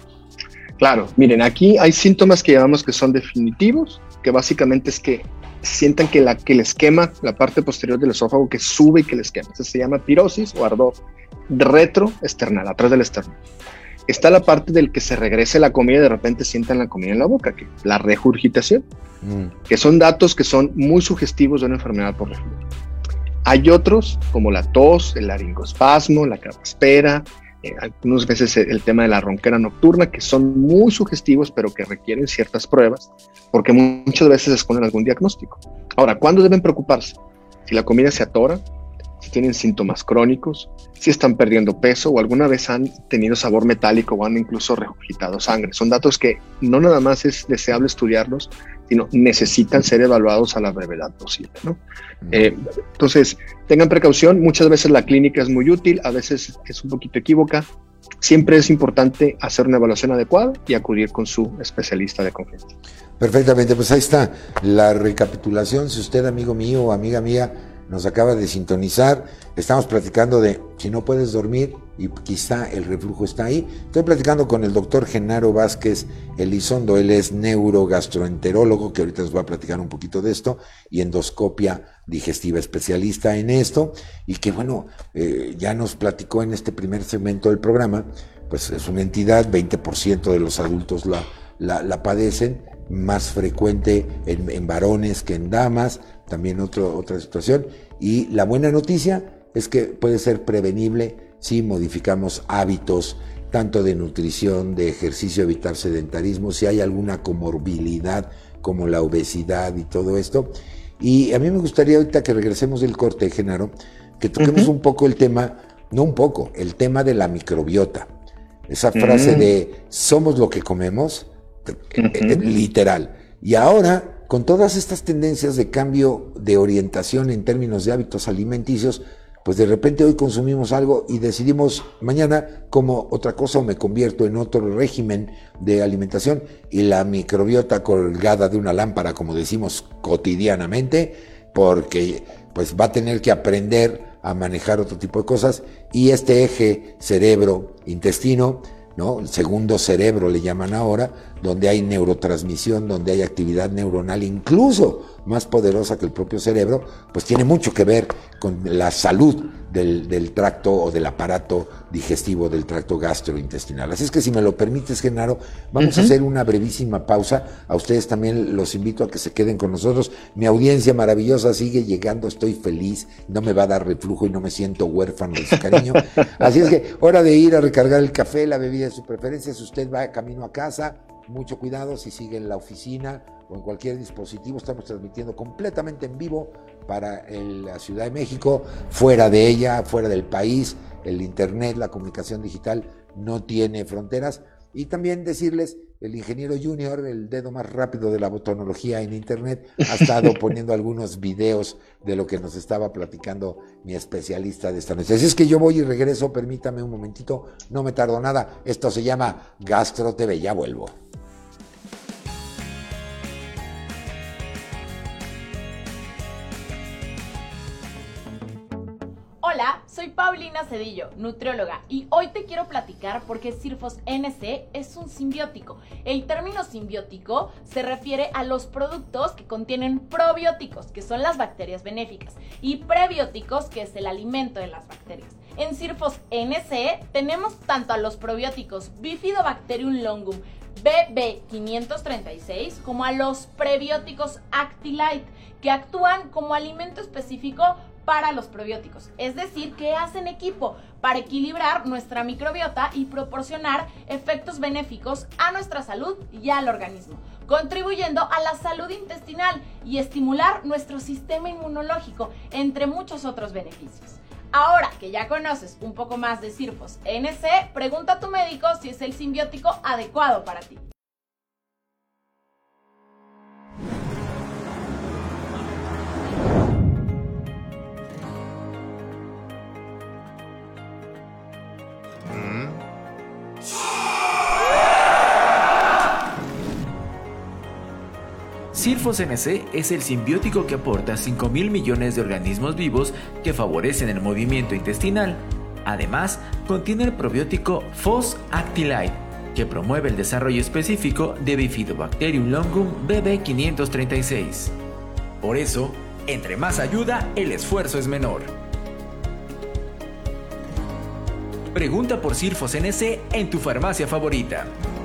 Claro, miren, aquí hay síntomas que llamamos que son definitivos, que básicamente es que sientan que les quema la parte posterior del esófago, que sube y que les quema. Eso se llama pirosis o ardor retroesternal, atrás del esternón. Está la parte del que se regrese la comida y de repente sientan la comida en la boca, que la regurgitación, que son datos que son muy sugestivos de una enfermedad por reflujo. Hay otros, como la tos, el laringoespasmo, la carraspera, algunas veces el tema de la ronquera nocturna, que son muy sugestivos, pero que requieren ciertas pruebas, porque muchas veces esconden algún diagnóstico. Ahora, ¿cuándo deben preocuparse? Si la comida se atora, si tienen síntomas crónicos, si están perdiendo peso o alguna vez han tenido sabor metálico o han incluso regurgitado sangre. Son datos que no nada más es deseable estudiarlos, sino necesitan ser evaluados a la brevedad posible, ¿no? Entonces, tengan precaución. Muchas veces la clínica es muy útil, a veces es un poquito equívoca. Siempre es importante hacer una evaluación adecuada y acudir con su especialista de confianza. Perfectamente, pues ahí está la recapitulación. Si usted, amigo mío o amiga mía, nos acaba de sintonizar, estamos platicando de si no puedes dormir y quizá el reflujo está ahí. Estoy platicando con el doctor Genaro Vázquez Elizondo, él es neurogastroenterólogo, que ahorita nos va a platicar un poquito de esto, y endoscopia digestiva, especialista en esto, y que bueno, ya nos platicó en este primer segmento del programa, pues es una entidad, 20% de los adultos la padecen, más frecuente en varones que en damas, también otra situación, y la buena noticia es que puede ser prevenible si modificamos hábitos tanto de nutrición, de ejercicio, evitar sedentarismo, si hay alguna comorbilidad como la obesidad y todo esto. Y a mí me gustaría ahorita que regresemos del corte, Genaro, que toquemos un poco el tema, no un poco, el tema de la microbiota. Esa frase de somos lo que comemos, literal. Y ahora, con todas estas tendencias de cambio de orientación en términos de hábitos alimenticios, pues de repente hoy consumimos algo y decidimos mañana como otra cosa o me convierto en otro régimen de alimentación, y la microbiota colgada de una lámpara, como decimos cotidianamente, porque pues va a tener que aprender a manejar otro tipo de cosas, y este eje cerebro-intestino, ¿no? El segundo cerebro le llaman ahora, donde hay neurotransmisión, donde hay actividad neuronal incluso más poderosa que el propio cerebro, pues tiene mucho que ver con la salud del tracto o del aparato digestivo, del tracto gastrointestinal. Así es que si me lo permites, Genaro, vamos a hacer una brevísima pausa. A ustedes también los invito a que se queden con nosotros. Mi audiencia maravillosa sigue llegando, estoy feliz, no me va a dar reflujo y no me siento huérfano de su cariño. Así es que hora de ir a recargar el café, la bebida de su preferencia. Si usted va camino a casa, mucho cuidado. Si sigue en la oficina o en cualquier dispositivo, estamos transmitiendo completamente en vivo para la Ciudad de México, fuera de ella, fuera del país. El internet, la comunicación digital no tiene fronteras. Y también decirles, el ingeniero Junior, el dedo más rápido de la botonología en internet, ha estado poniendo algunos videos de lo que nos estaba platicando mi especialista de esta noche. Así es que yo voy y regreso, permítame un momentito, no me tardo nada. Esto se llama Gastro TV, ya vuelvo. Hola, soy Paulina Cedillo, nutrióloga, y hoy te quiero platicar por qué Sirfos NC es un simbiótico. El término simbiótico se refiere a los productos que contienen probióticos, que son las bacterias benéficas, y prebióticos, que es el alimento de las bacterias. En Sirfos NC tenemos tanto a los probióticos Bifidobacterium longum BB536 como a los prebióticos Actilite, que actúan como alimento específico para los probióticos, es decir, que hacen equipo para equilibrar nuestra microbiota y proporcionar efectos benéficos a nuestra salud y al organismo, contribuyendo a la salud intestinal y estimular nuestro sistema inmunológico, entre muchos otros beneficios. Ahora que ya conoces un poco más de Sirfos NC, pregunta a tu médico si es el simbiótico adecuado para ti. Sirfos NC es el simbiótico que aporta 5.000 millones de organismos vivos que favorecen el movimiento intestinal. Además, contiene el probiótico FOS Actilite, que promueve el desarrollo específico de Bifidobacterium longum BB536. Por eso, entre más ayuda, el esfuerzo es menor. Pregunta por Sirfos NC en tu farmacia favorita.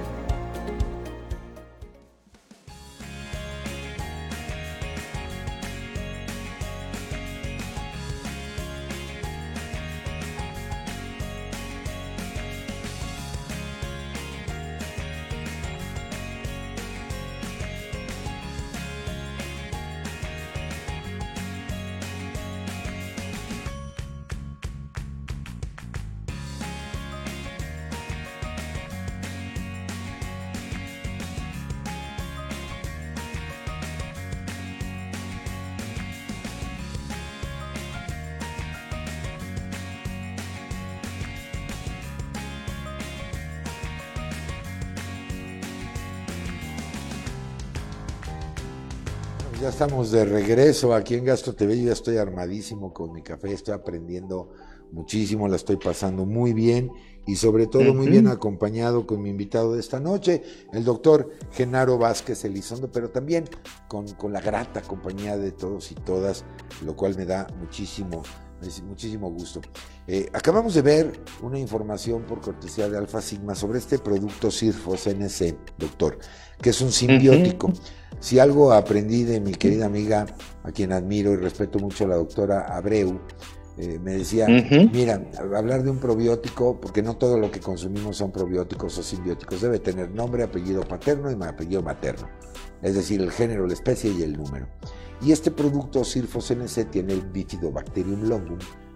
Ya estamos de regreso aquí en Gastro TV. Yo ya estoy armadísimo con mi café, estoy aprendiendo muchísimo, la estoy pasando muy bien y sobre todo muy bien acompañado con mi invitado de esta noche, el doctor Genaro Vázquez Elizondo, pero también con la grata compañía de todos y todas, lo cual me da muchísimo gusto. Acabamos de ver una información por cortesía de Alfa Sigma sobre este producto Sirfos NC, doctor, que es un simbiótico. Si algo aprendí de mi querida amiga, a quien admiro y respeto mucho, la doctora Abreu, me decía, mira, hablar de un probiótico, porque no todo lo que consumimos son probióticos o simbióticos, debe tener nombre, apellido paterno y apellido materno, es decir, el género, la especie y el número. Y este producto Sirfos NC tiene el Bifidobacterium longum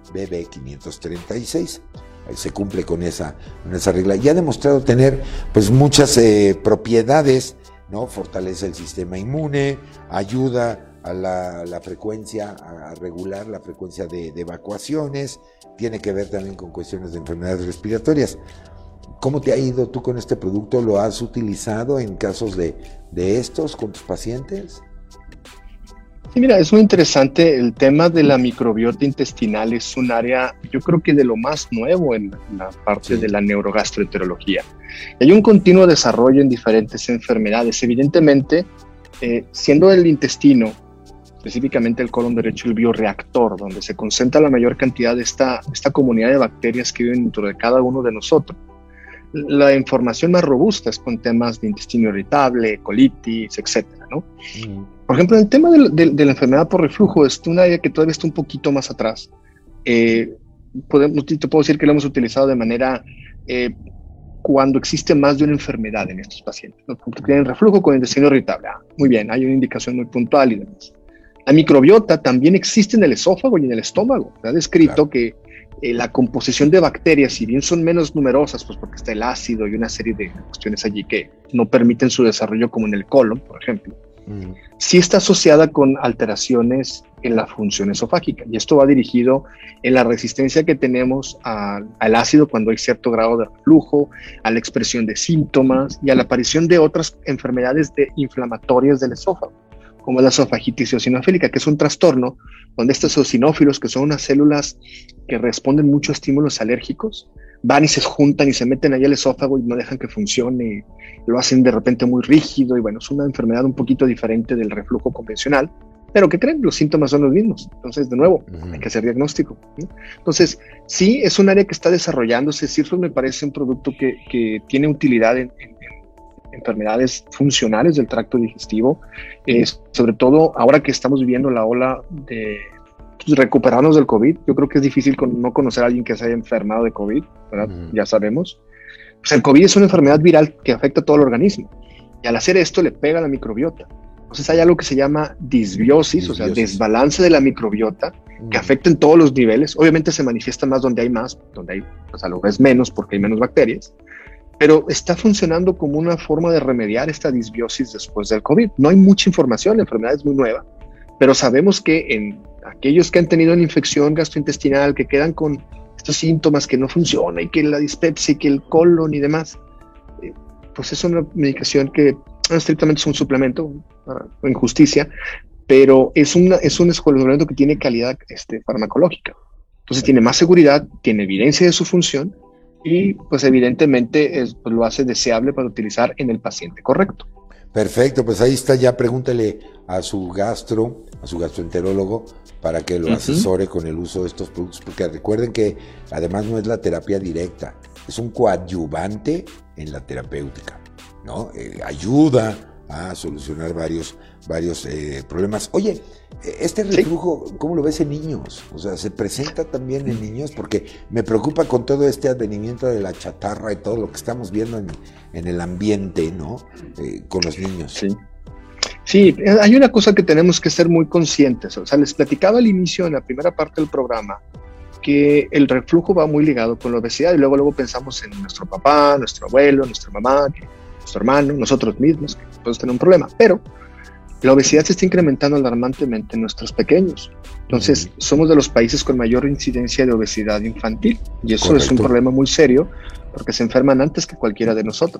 BB536. Se cumple con esa regla. Y ha demostrado tener pues muchas propiedades, ¿no? Fortalece el sistema inmune, ayuda a la frecuencia, a regular la frecuencia de evacuaciones, tiene que ver también con cuestiones de enfermedades respiratorias. ¿Cómo te ha ido tú con este producto? ¿Lo has utilizado en casos de estos con tus pacientes? Sí, mira, es muy interesante. El tema de la microbiota intestinal es un área, yo creo que de lo más nuevo en la parte de la neurogastroenterología. Hay un continuo desarrollo en diferentes enfermedades. Evidentemente, siendo el intestino, específicamente el colon derecho, el bioreactor, donde se concentra la mayor cantidad de esta comunidad de bacterias que viven dentro de cada uno de nosotros, la información más robusta es con temas de intestino irritable, colitis, etcétera, ¿no? Por ejemplo, el tema de la enfermedad por reflujo es un área que todavía está un poquito más atrás. Te puedo decir que lo hemos utilizado de manera cuando existe más de una enfermedad en estos pacientes, ¿no? Porque tienen reflujo con intestino irritable. Muy bien, hay una indicación muy puntual y demás. La microbiota también existe en el esófago y en el estómago. Se ha descrito que la composición de bacterias, si bien son menos numerosas, pues porque está el ácido y una serie de cuestiones allí que no permiten su desarrollo como en el colon, por ejemplo, sí está asociada con alteraciones en la función esofágica. Y esto va dirigido en la resistencia que tenemos al ácido cuando hay cierto grado de reflujo, a la expresión de síntomas y a la aparición de otras enfermedades inflamatorias del esófago, como la esofagitis eosinofílica, que es un trastorno donde estos eosinófilos, que son unas células que responden mucho a estímulos alérgicos, van y se juntan y se meten allá al esófago y no dejan que funcione, lo hacen de repente muy rígido y bueno, es una enfermedad un poquito diferente del reflujo convencional, Pero ¿qué creen? Los síntomas son los mismos. Entonces, de nuevo, hay que hacer diagnóstico, ¿no? Entonces, sí, es un área que está desarrollándose. Cirfos me parece un producto que tiene utilidad en enfermedades funcionales del tracto digestivo, sobre todo ahora que estamos viviendo la ola de recuperarnos del COVID. Yo creo que es difícil no conocer a alguien que se haya enfermado de COVID, ¿verdad? Ya sabemos. Pues el COVID es una enfermedad viral que afecta a todo el organismo, y al hacer esto le pega a la microbiota. Entonces hay algo que se llama disbiosis, o sea, desbalance de la microbiota, que afecta en todos los niveles. Obviamente se manifiesta más donde hay más, donde hay, pues a lo vez menos, porque hay menos bacterias, pero está funcionando como una forma de remediar esta disbiosis después del COVID. No hay mucha información, la enfermedad es muy nueva, pero sabemos que en aquellos que han tenido una infección gastrointestinal, que quedan con estos síntomas que no funcionan, y que la dispepsia, y que el colon y demás, pues es una medicación que estrictamente es un suplemento, en justicia, pero es un suplemento que tiene calidad farmacológica. Entonces tiene más seguridad, tiene evidencia de su función, y pues evidentemente pues lo hace deseable para utilizar en el paciente correcto. Perfecto, pues ahí está, ya pregúntele a su gastroenterólogo para que lo asesore con el uso de estos productos, porque recuerden que además no es la terapia directa, es un coadyuvante en la terapéutica, ¿no? Ayuda a solucionar varios problemas. Oye, este reflujo, ¿cómo lo ves en niños? O sea, ¿se presenta también en niños? Porque me preocupa con todo este advenimiento de la chatarra y todo lo que estamos viendo en el ambiente, ¿no? Con los niños. Sí, hay una cosa que tenemos que ser muy conscientes. O sea, les platicaba al inicio, en la primera parte del programa, que el reflujo va muy ligado con la obesidad, y luego pensamos en nuestro papá, nuestro abuelo, nuestra mamá, nuestro hermano, nosotros mismos, que podemos tener un problema, pero la obesidad se está incrementando alarmantemente en nuestros pequeños. Entonces, somos de los países con mayor incidencia de obesidad infantil, y eso Correcto. Es un problema muy serio, porque se enferman antes que cualquiera de nosotros.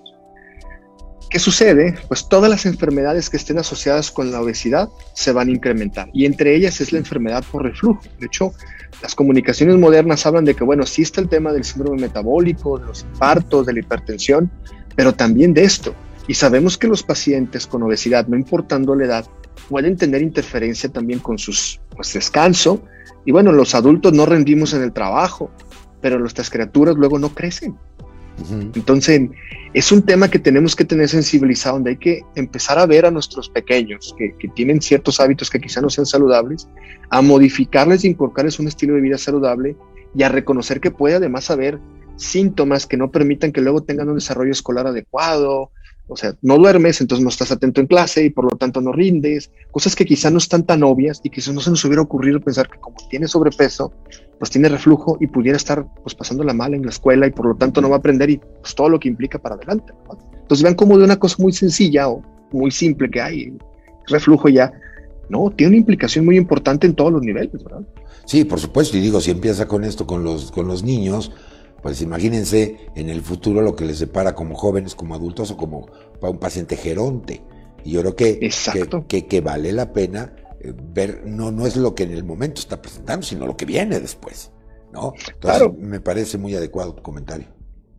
¿Qué sucede? Pues todas las enfermedades que estén asociadas con la obesidad se van a incrementar, y entre ellas es la enfermedad por reflujo. De hecho, las comunicaciones modernas hablan de que, bueno, sí está el tema del síndrome metabólico, de los infartos, de la hipertensión, pero también de esto. Y sabemos que los pacientes con obesidad, no importando la edad, pueden tener interferencia también con sus descanso. Y bueno, los adultos no rendimos en el trabajo, pero nuestras criaturas luego no crecen. Entonces, es un tema que tenemos que tener sensibilizado, donde hay que empezar a ver a nuestros pequeños que tienen ciertos hábitos que quizá no sean saludables, a modificarles y inculcarles un estilo de vida saludable, y a reconocer que puede además haber síntomas que no permitan que luego tengan un desarrollo escolar adecuado. O sea, no duermes, entonces no estás atento en clase y por lo tanto no rindes. Cosas que quizá no están tan obvias, y quizás no se nos hubiera ocurrido pensar que como tiene sobrepeso, pues tiene reflujo y pudiera estar pues pasándola mal en la escuela, y por lo tanto no va a aprender, y pues todo lo que implica para adelante, ¿no? Entonces vean como de una cosa muy sencilla o muy simple que hay reflujo, ya no tiene una implicación muy importante en todos los niveles, ¿verdad? Sí, por supuesto, y digo, si empieza con esto con los niños, pues imagínense en el futuro lo que les separa como jóvenes, como adultos, o como para un paciente geronte. Y yo creo que vale la pena ver, no es lo que en el momento está presentando, sino lo que viene después, ¿no? Entonces, claro, me parece muy adecuado tu comentario.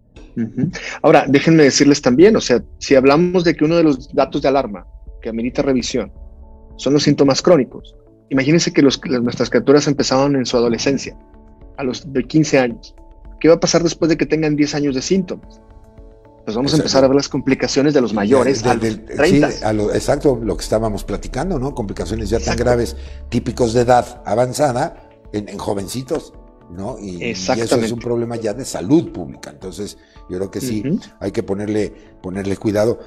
Ahora, déjenme decirles también, o sea, si hablamos de que uno de los datos de alarma que amerita revisión son los síntomas crónicos, imagínense que nuestras criaturas empezaron en su adolescencia, a los de 15 años. ¿Qué va a pasar después de que tengan 10 años de síntomas? Pues vamos a empezar a ver las complicaciones de los mayores a los 30. Sí, exacto, lo que estábamos platicando, ¿no? Complicaciones ya tan graves, típicos de edad avanzada, en jovencitos, ¿no? Y eso es un problema ya de salud pública. Entonces, yo creo que sí, hay que ponerle cuidado.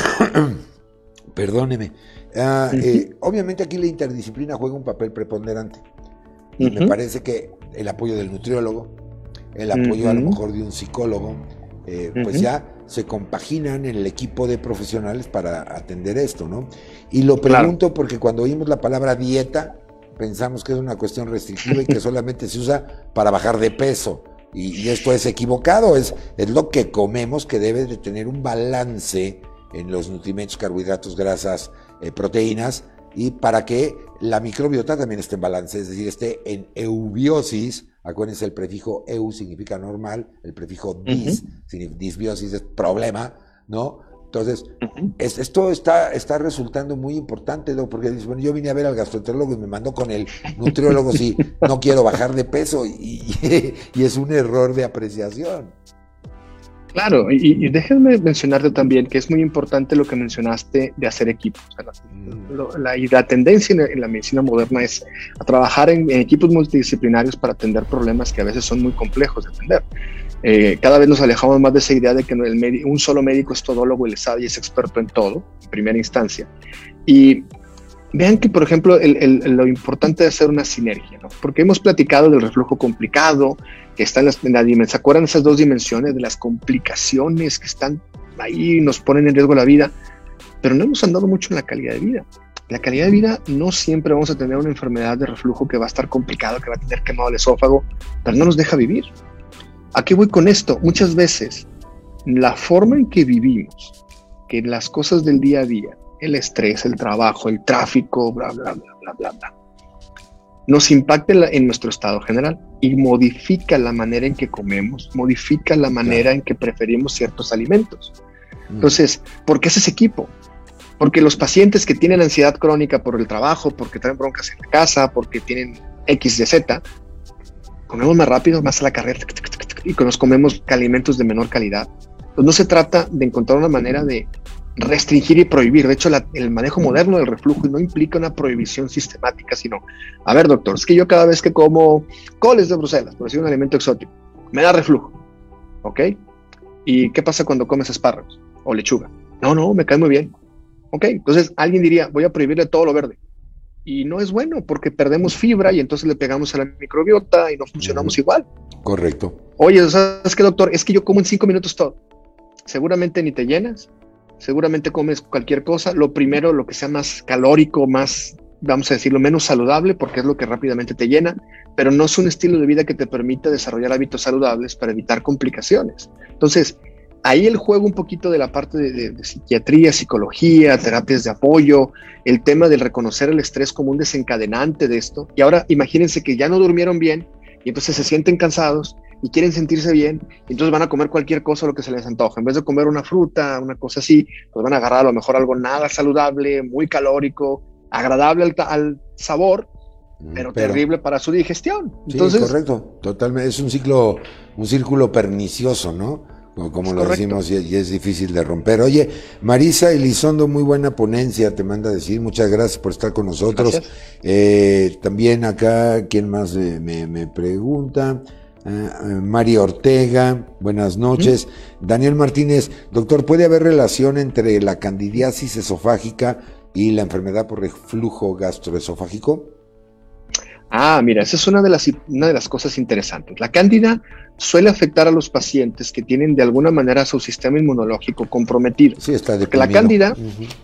Perdóneme. Obviamente aquí la interdisciplina juega un papel preponderante. Y me parece que el apoyo del nutriólogo, el apoyo a lo mejor de un psicólogo, pues ya se compaginan en el equipo de profesionales para atender esto, ¿no? Y lo pregunto porque cuando oímos la palabra dieta, pensamos que es una cuestión restrictiva y que solamente se usa para bajar de peso. Y esto es equivocado, es lo que comemos, que debe de tener un balance en los nutrimentos, carbohidratos, grasas, proteínas, y para que la microbiota también esté en balance, es decir, esté en eubiosis. Acuérdense, el prefijo eu significa normal, el prefijo disbiosis es problema, ¿no? Entonces, esto está resultando muy importante, ¿no? Porque dices, bueno, yo vine a ver al gastroenterólogo y me mandó con el nutriólogo si no quiero bajar de peso y es un error de apreciación. Claro, y déjenme mencionarte también que es muy importante lo que mencionaste de hacer equipo. O sea, la tendencia en la medicina moderna es a trabajar en equipos multidisciplinarios para atender problemas que a veces son muy complejos de atender. Cada vez nos alejamos más de esa idea de que un solo médico es todólogo y le sabe y es experto en todo, en primera instancia. Y vean que, por ejemplo, lo importante de hacer una sinergia, ¿no? Porque hemos platicado del reflujo complicado, que está en la dimensión. ¿Se acuerdan de esas dos dimensiones, de las complicaciones que están ahí y nos ponen en riesgo la vida? Pero no hemos andado mucho en la calidad de vida. La calidad de vida, no siempre vamos a tener una enfermedad de reflujo que va a estar complicado, que va a tener quemado el esófago, pero no nos deja vivir. ¿A qué voy con esto? Muchas veces, la forma en que vivimos, que las cosas del día a día, el estrés, el trabajo, el tráfico, bla, bla, bla, bla, bla, bla, nos impacta en nuestro estado general y modifica la manera en que comemos, modifica la manera en que preferimos ciertos alimentos. Entonces, ¿por qué haces equipo? Porque los pacientes que tienen ansiedad crónica por el trabajo, porque traen broncas en la casa, porque tienen X y Z, comemos más rápido, más a la carrera, y que nos comemos alimentos de menor calidad. Pues no se trata de encontrar una manera de restringir y prohibir. De hecho, el manejo moderno del reflujo no implica una prohibición sistemática, sino, a ver, doctor, es que yo cada vez que como coles de Bruselas, por decir un alimento exótico, me da reflujo, ¿ok? ¿Y qué pasa cuando comes espárragos o lechuga? No, me cae muy bien, ¿ok? Entonces, alguien diría, voy a prohibirle todo lo verde. Y no es bueno porque perdemos fibra y entonces le pegamos a la microbiota y no funcionamos igual. Correcto. Oye, ¿sabes qué, doctor? Es que yo como en 5 minutos todo. Seguramente ni te llenas, seguramente comes cualquier cosa. Lo primero, lo que sea más calórico, más, vamos a decirlo, menos saludable, porque es lo que rápidamente te llena, pero no es un estilo de vida que te permita desarrollar hábitos saludables para evitar complicaciones. Entonces, ahí el juego un poquito de la parte de psiquiatría, psicología, terapias de apoyo, el tema del reconocer el estrés como un desencadenante de esto. Y ahora imagínense que ya no durmieron bien y entonces se sienten cansados y quieren sentirse bien, y entonces van a comer cualquier cosa lo que se les antoja. En vez de comer una fruta, una cosa así, pues van a agarrar a lo mejor algo nada saludable, muy calórico, agradable al sabor, pero terrible para su digestión. Entonces, sí, correcto, totalmente. Es un círculo pernicioso, ¿no? Como lo decimos, y es difícil de romper. Oye, Marisa Elizondo, muy buena ponencia, te manda a decir, muchas gracias por estar con nosotros. También acá, ¿quién más me pregunta? María Ortega, buenas noches. Daniel Martínez, doctor, ¿puede haber relación entre la candidiasis esofágica y la enfermedad por reflujo gastroesofágico? Mira, esa es una de las cosas interesantes. La cándida suele afectar a los pacientes que tienen de alguna manera su sistema inmunológico comprometido. Sí, está deprimido. Porque la cándida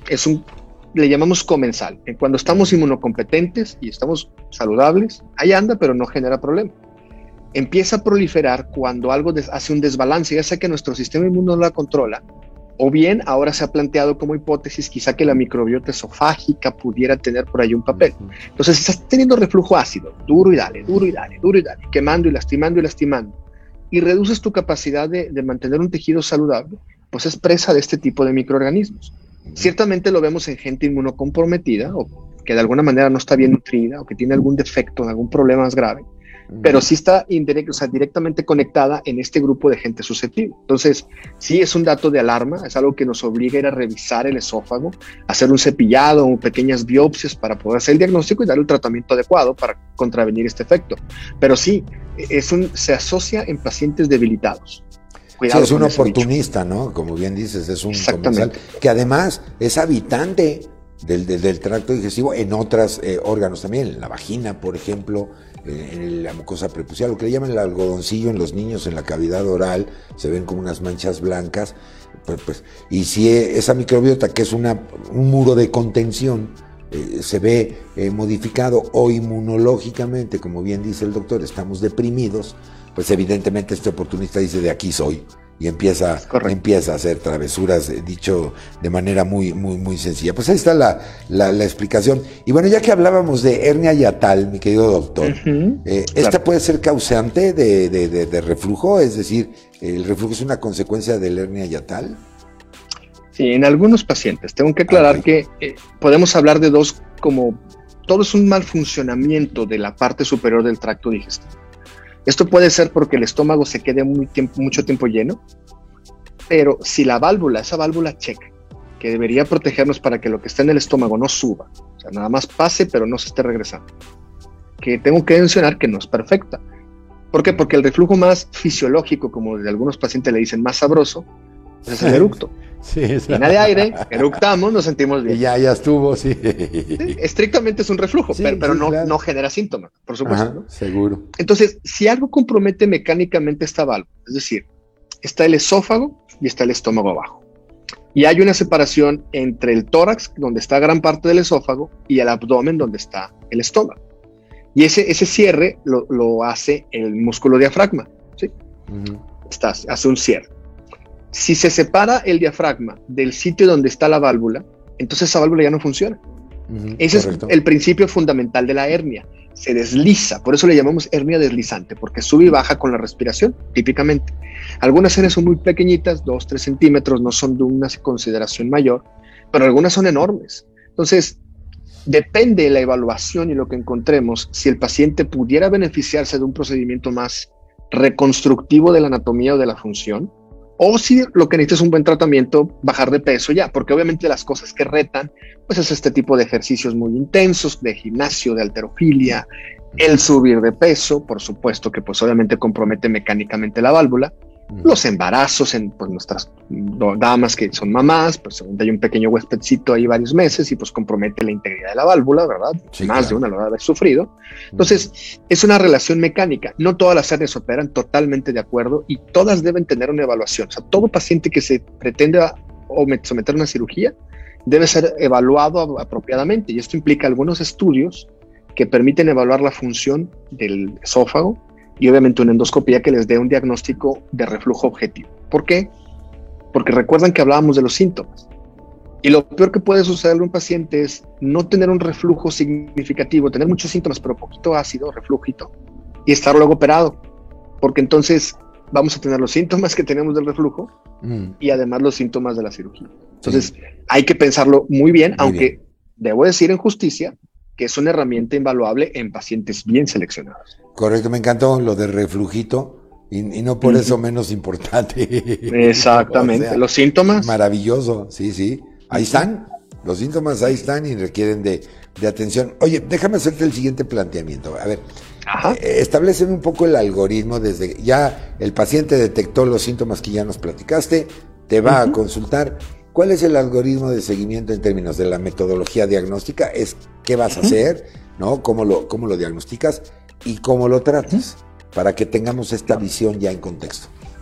le llamamos comensal. Cuando estamos inmunocompetentes y estamos saludables, ahí anda, pero no genera problema. Empieza a proliferar cuando algo hace un desbalance, ya sea que nuestro sistema inmune no la controla, o bien ahora se ha planteado como hipótesis quizá que la microbiota esofágica pudiera tener por ahí un papel. Entonces, si estás teniendo reflujo ácido, duro y dale, quemando y lastimando, y reduces tu capacidad de mantener un tejido saludable, pues es presa de este tipo de microorganismos. Ciertamente lo vemos en gente inmunocomprometida, o que de alguna manera no está bien nutrida, o que tiene algún defecto, algún problema más grave, pero sí está directamente conectada en este grupo de gente susceptible. Entonces, sí es un dato de alarma, es algo que nos obliga a ir a revisar el esófago, hacer un cepillado o pequeñas biopsias para poder hacer el diagnóstico y dar el tratamiento adecuado para contravenir este efecto. Pero sí, se asocia en pacientes debilitados. Cuidado, sí, es un oportunista, ¿no? Como bien dices, es un comensal que además es habitante del tracto digestivo en otros órganos también, en la vagina, por ejemplo, en la mucosa prepucial, lo que le llaman el algodoncillo en los niños, en la cavidad oral, se ven como unas manchas blancas, y si esa microbiota, que es un muro de contención, se ve modificado o inmunológicamente, como bien dice el doctor, estamos deprimidos, pues evidentemente este oportunista dice, de aquí soy, y empieza a hacer travesuras, dicho de manera muy, muy, muy sencilla. Pues ahí está la explicación. Y bueno, ya que hablábamos de hernia hiatal, mi querido doctor, ¿esta puede ser causante de reflujo? Es decir, ¿el reflujo es una consecuencia de la hernia hiatal? Sí, en algunos pacientes. Tengo que aclarar que podemos hablar de dos, como todo es un mal funcionamiento de la parte superior del tracto digestivo. Esto puede ser porque el estómago se quede mucho tiempo lleno, pero si esa válvula checa, que debería protegernos para que lo que está en el estómago no suba, o sea, nada más pase, pero no se esté regresando. Que tengo que mencionar que no es perfecta. ¿Por qué? Porque el reflujo más fisiológico, como de algunos pacientes le dicen, más sabroso, pues es el eructo. Sí, llena de aire, eructamos, nos sentimos bien. Y ya estuvo, sí. Sí, estrictamente es un reflujo, Sí, pero sí, no, claro. no genera síntomas, por supuesto. Ajá, ¿no? seguro. Entonces, si algo compromete mecánicamente esta válvula, es decir, está el esófago y está el estómago abajo. Y hay una separación entre el tórax, donde está gran parte del esófago, y el abdomen, donde está el estómago. Y ese cierre lo hace el músculo diafragma, ¿sí? Uh-huh. Hace un cierre. Si se separa el diafragma del sitio donde está la válvula, entonces esa válvula ya no funciona. Uh-huh, Ese correcto. es el principio fundamental de la hernia. Se desliza, por eso le llamamos hernia deslizante, porque sube y baja con la respiración, típicamente. Algunas hernias son muy pequeñitas, 2-3 centímetros, no son de una consideración mayor, pero algunas son enormes. Entonces, depende de la evaluación y lo que encontremos, si el paciente pudiera beneficiarse de un procedimiento más reconstructivo de la anatomía o de la función, o si lo que necesita es un buen tratamiento, bajar de peso ya, porque obviamente las cosas que retan, pues es este tipo de ejercicios muy intensos, de gimnasio, de halterofilia, el subir de peso, por supuesto que pues obviamente compromete mecánicamente la válvula, los embarazos en pues, nuestras damas que son mamás, pues según hay un pequeño huespedcito ahí varios meses y pues compromete la integridad de la válvula, ¿verdad? Sí, Más claro. de una lo debe haber sufrido. Entonces, es una relación mecánica. No todas las hernias operan, totalmente de acuerdo, y todas deben tener una evaluación. O sea, todo paciente que se pretende someter a una cirugía debe ser evaluado apropiadamente, y esto implica algunos estudios que permiten evaluar la función del esófago y obviamente una endoscopía que les dé un diagnóstico de reflujo objetivo. ¿Por qué? Porque recuerdan que hablábamos de los síntomas. Y lo peor que puede sucederle a un paciente es no tener un reflujo significativo, tener muchos síntomas, pero poquito ácido, reflujito, y estar luego operado. Porque entonces vamos a tener los síntomas que tenemos del reflujo y además los síntomas de la cirugía. Entonces hay que pensarlo muy bien, aunque debo decir en justicia que es una herramienta invaluable en pacientes bien seleccionados. Correcto, me encantó lo de reflujito y no por eso menos importante. Exactamente, O sea, los síntomas. Maravilloso, sí. Ahí están, los síntomas ahí están y requieren de atención. Oye, déjame hacerte el siguiente planteamiento. A ver, estableceme un poco el algoritmo desde ya el paciente detectó los síntomas que ya nos platicaste, te va a consultar. ¿Cuál es el algoritmo de seguimiento en términos de la metodología diagnóstica? Es qué vas a hacer, ¿no? ¿Cómo lo diagnosticas y cómo lo tratas? Para que tengamos esta visión ya en contexto.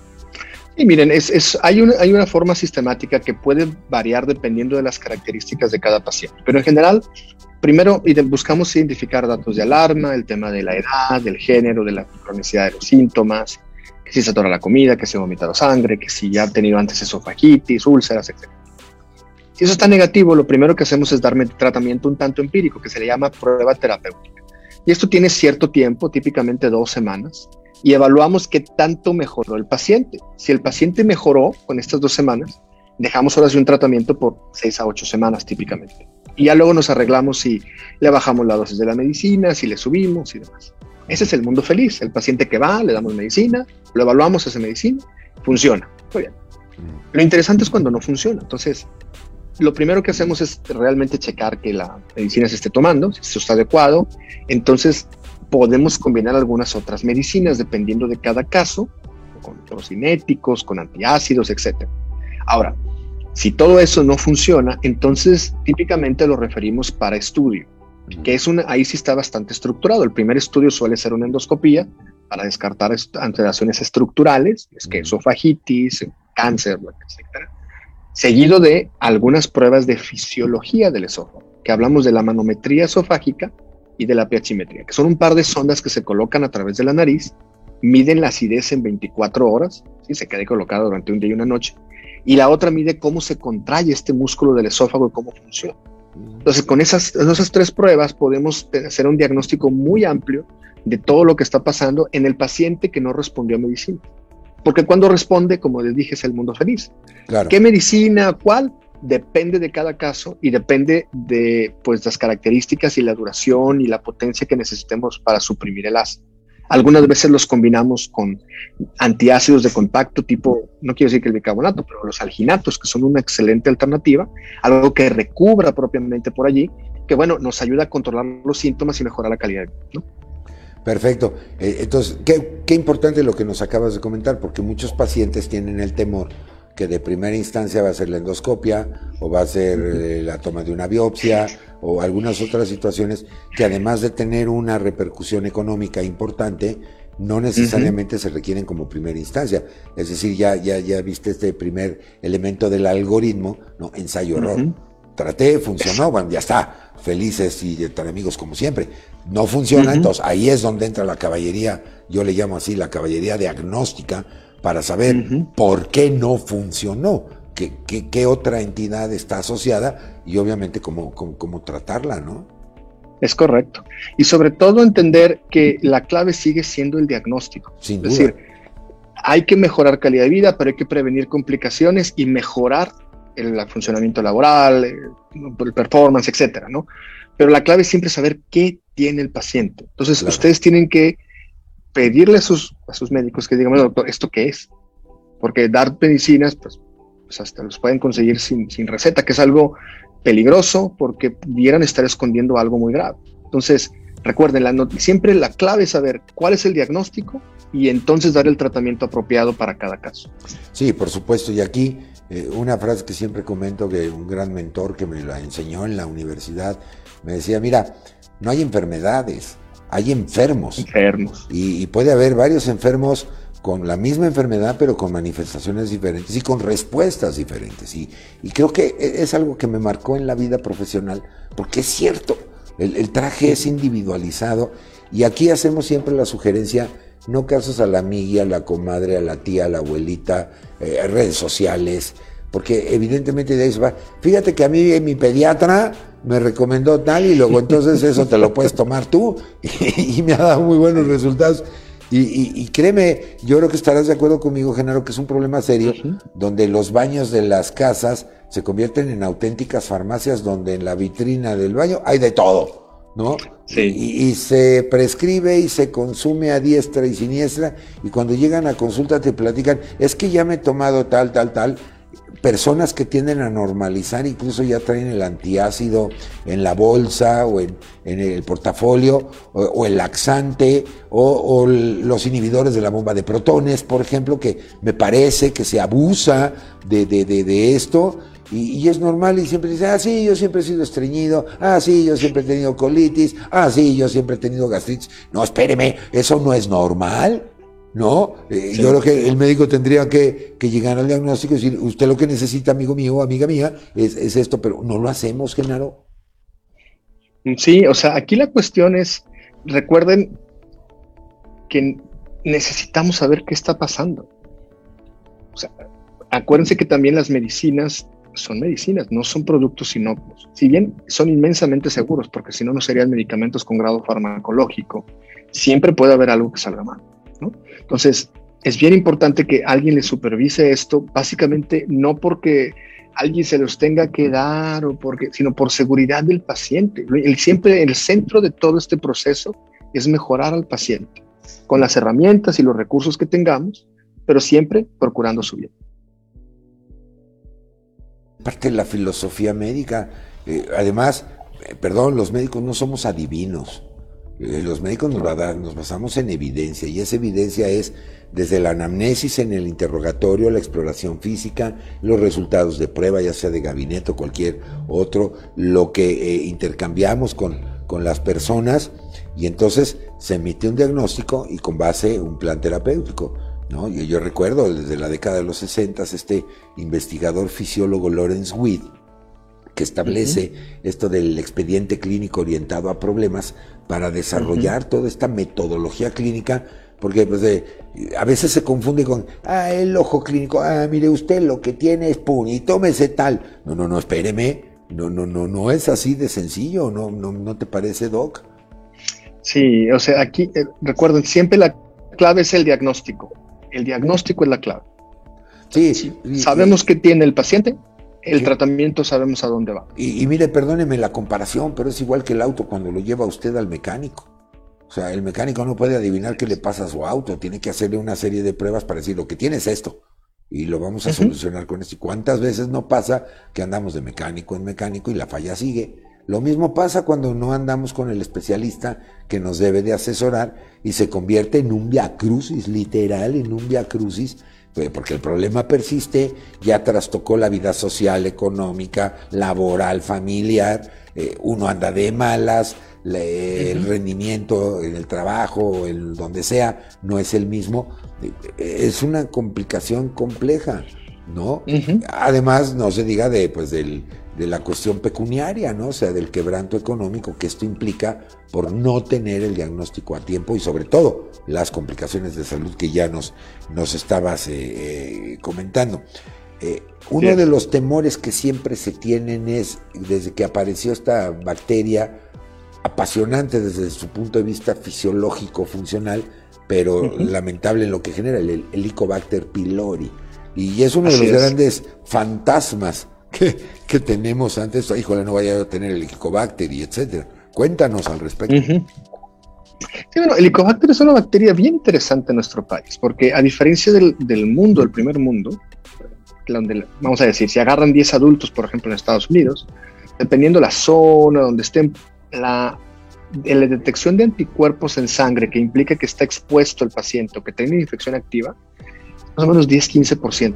Y miren, hay una forma sistemática que puede variar dependiendo de las características de cada paciente. Pero en general, primero buscamos identificar datos de alarma, el tema de la edad, del género, de la cronicidad de los síntomas, que si se atora la comida, que si ha vomitado sangre, que si ya ha tenido antes esofagitis, úlceras, etc. Si eso está negativo, lo primero que hacemos es darme tratamiento un tanto empírico, que se le llama prueba terapéutica. Y esto tiene cierto tiempo, típicamente 2 semanas, y evaluamos qué tanto mejoró el paciente. Si el paciente mejoró con estas 2 semanas, dejamos ahora sí un tratamiento por 6 a 8 semanas típicamente. Y ya luego nos arreglamos si le bajamos la dosis de la medicina, si le subimos y demás. Ese es el mundo feliz. El paciente que va, le damos medicina, lo evaluamos esa medicina, funciona. Muy bien. Lo interesante es cuando no funciona. Entonces, lo primero que hacemos es realmente checar que la medicina se esté tomando, si eso está adecuado. Entonces, podemos combinar algunas otras medicinas dependiendo de cada caso, con procinéticos, con antiácidos, etc. Ahora, si todo eso no funciona, entonces típicamente lo referimos para estudio, que ahí sí está bastante estructurado. El primer estudio suele ser una endoscopía para descartar alteraciones estructurales, es que esofagitis, cáncer, etc. Seguido de algunas pruebas de fisiología del esófago, que hablamos de la manometría esofágica y de la pH-metría, que son un par de sondas que se colocan a través de la nariz, miden la acidez en 24 horas, ¿sí? Se queda colocada durante un día y una noche, y la otra mide cómo se contrae este músculo del esófago y cómo funciona. Entonces, con esas 3 pruebas podemos hacer un diagnóstico muy amplio de todo lo que está pasando en el paciente que no respondió a medicina. Porque cuando responde, como les dije, es el mundo feliz. Claro. ¿Qué medicina? ¿Cuál? depende de cada caso y depende de pues, las características y la duración y la potencia que necesitemos para suprimir el ácido. Algunas veces los combinamos con antiácidos de contacto tipo, no quiero decir que el bicarbonato, pero los alginatos, que son una excelente alternativa, algo que recubra propiamente por allí, que bueno, nos ayuda a controlar los síntomas y mejorar la calidad de vida, ¿no? Perfecto. Entonces, qué importante lo que nos acabas de comentar, porque muchos pacientes tienen el temor que de primera instancia va a ser la endoscopia o va a ser la toma de una biopsia o algunas otras situaciones que además de tener una repercusión económica importante, no necesariamente se requieren como primera instancia. Es decir, ya viste este primer elemento del algoritmo, ¿no? Ensayo-error. Traté, funcionó, bueno, ya está, felices y tan amigos como siempre. No funciona, entonces ahí es donde entra la caballería, yo le llamo así, la caballería diagnóstica, para saber por qué no funcionó, qué otra entidad está asociada y obviamente cómo tratarla, ¿no? Es correcto. Y sobre todo entender que la clave sigue siendo el diagnóstico. Sin duda. Es decir, hay que mejorar calidad de vida, pero hay que prevenir complicaciones y mejorar el funcionamiento laboral, el performance, etcétera, ¿no? Pero la clave es siempre saber qué tiene el paciente. Entonces, ustedes tienen que pedirle a sus médicos que digan, bueno, doctor, ¿esto qué es? Porque dar medicinas, pues hasta los pueden conseguir sin receta, que es algo peligroso porque pudieran estar escondiendo algo muy grave. Entonces, recuerden, siempre la clave es saber cuál es el diagnóstico y entonces dar el tratamiento apropiado para cada caso. Sí, por supuesto, y aquí una frase que siempre comento, que un gran mentor que me la enseñó en la universidad, me decía, mira, no hay enfermedades, hay enfermos. Y puede haber varios enfermos con la misma enfermedad, pero con manifestaciones diferentes y con respuestas diferentes. Y creo que es algo que me marcó en la vida profesional, porque es cierto, el traje es individualizado y aquí hacemos siempre la sugerencia, no casos a la amiga, a la comadre, a la tía, a la abuelita, redes sociales, porque evidentemente de ahí se va. Fíjate que a mí mi pediatra me recomendó tal y luego entonces eso te lo puedes tomar tú y me ha dado muy buenos resultados. Y créeme, yo creo que estarás de acuerdo conmigo, Genaro, que es un problema serio, donde los baños de las casas se convierten en auténticas farmacias donde en la vitrina del baño hay de todo, ¿no? Sí. Y se prescribe y se consume a diestra y siniestra, y cuando llegan a consulta te platican, es que ya me he tomado tal. Personas que tienden a normalizar, incluso ya traen el antiácido en la bolsa o en el portafolio, o el laxante, o los inhibidores de la bomba de protones, por ejemplo, que me parece que se abusa de esto, y es normal, y siempre dice, sí, yo siempre he sido estreñido, sí, yo siempre he tenido colitis, sí, yo siempre he tenido gastritis. No, espéreme, eso no es normal. ¿No? Sí. Yo creo que el médico tendría que llegar al diagnóstico y decir, usted lo que necesita, amigo mío o amiga mía, es esto, pero no lo hacemos, Genaro. Sí, o sea, aquí la cuestión es, recuerden que necesitamos saber qué está pasando. O sea, acuérdense que también las medicinas son medicinas, no son productos inocuos. Si bien son inmensamente seguros, porque si no, no serían medicamentos con grado farmacológico, siempre puede haber algo que salga mal, ¿no? Entonces, es bien importante que alguien le supervise esto, básicamente no porque alguien se los tenga que dar sino por seguridad del paciente. Siempre el centro de todo este proceso es mejorar al paciente con las herramientas y los recursos que tengamos, pero siempre procurando su bien. Parte de la filosofía médica, además, los médicos no somos adivinos. Los médicos nos basamos en evidencia, y esa evidencia es desde la anamnesis en el interrogatorio, la exploración física, los resultados de prueba, ya sea de gabinete o cualquier otro, lo que intercambiamos con las personas, y entonces se emite un diagnóstico y con base un plan terapéutico, ¿no? Yo recuerdo desde la década de los 60 este investigador fisiólogo Lawrence Weed, que establece esto del expediente clínico orientado a problemas para desarrollar toda esta metodología clínica, porque pues, a veces se confunde con, el ojo clínico, mire usted lo que tiene es pun y tómese tal. No, espéreme, no es así de sencillo, no te parece, Doc? Sí, o sea, aquí recuerden, siempre la clave es el diagnóstico. El diagnóstico es la clave. Sí. Sabemos qué tiene el paciente, el tratamiento sabemos a dónde va. Y mire, perdóneme la comparación, pero es igual que el auto cuando lo lleva usted al mecánico. O sea, el mecánico no puede adivinar qué le pasa a su auto, tiene que hacerle una serie de pruebas para decir, lo que tiene es esto, y lo vamos a solucionar con esto. ¿Y cuántas veces no pasa que andamos de mecánico en mecánico y la falla sigue? Lo mismo pasa cuando no andamos con el especialista que nos debe de asesorar y se convierte en un viacrucis, literal, en un viacrucis, porque el problema persiste, ya trastocó la vida social, económica, laboral, familiar, uno anda de malas, el rendimiento en el trabajo, en donde sea, no es el mismo. Es una complicación compleja, ¿no? Además, no se diga de la cuestión pecuniaria, ¿no? O sea, del quebranto económico que esto implica por no tener el diagnóstico a tiempo y sobre todo las complicaciones de salud que ya nos estabas comentando. Uno de los temores que siempre se tienen es, desde que apareció esta bacteria, apasionante desde su punto de vista fisiológico, funcional, pero lamentable en lo que genera, el Helicobacter pylori. Y es uno de los grandes fantasmas que tenemos antes. Híjole, no vaya a tener el Helicobacter y etcétera. Cuéntanos al respecto. Sí, bueno, el Helicobacter es una bacteria bien interesante en nuestro país, porque a diferencia del mundo, el primer mundo, donde, vamos a decir, si agarran 10 adultos, por ejemplo, en Estados Unidos, dependiendo la zona donde estén, la detección de anticuerpos en sangre que implica que está expuesto el paciente o que tiene una infección activa, más o menos 10-15%.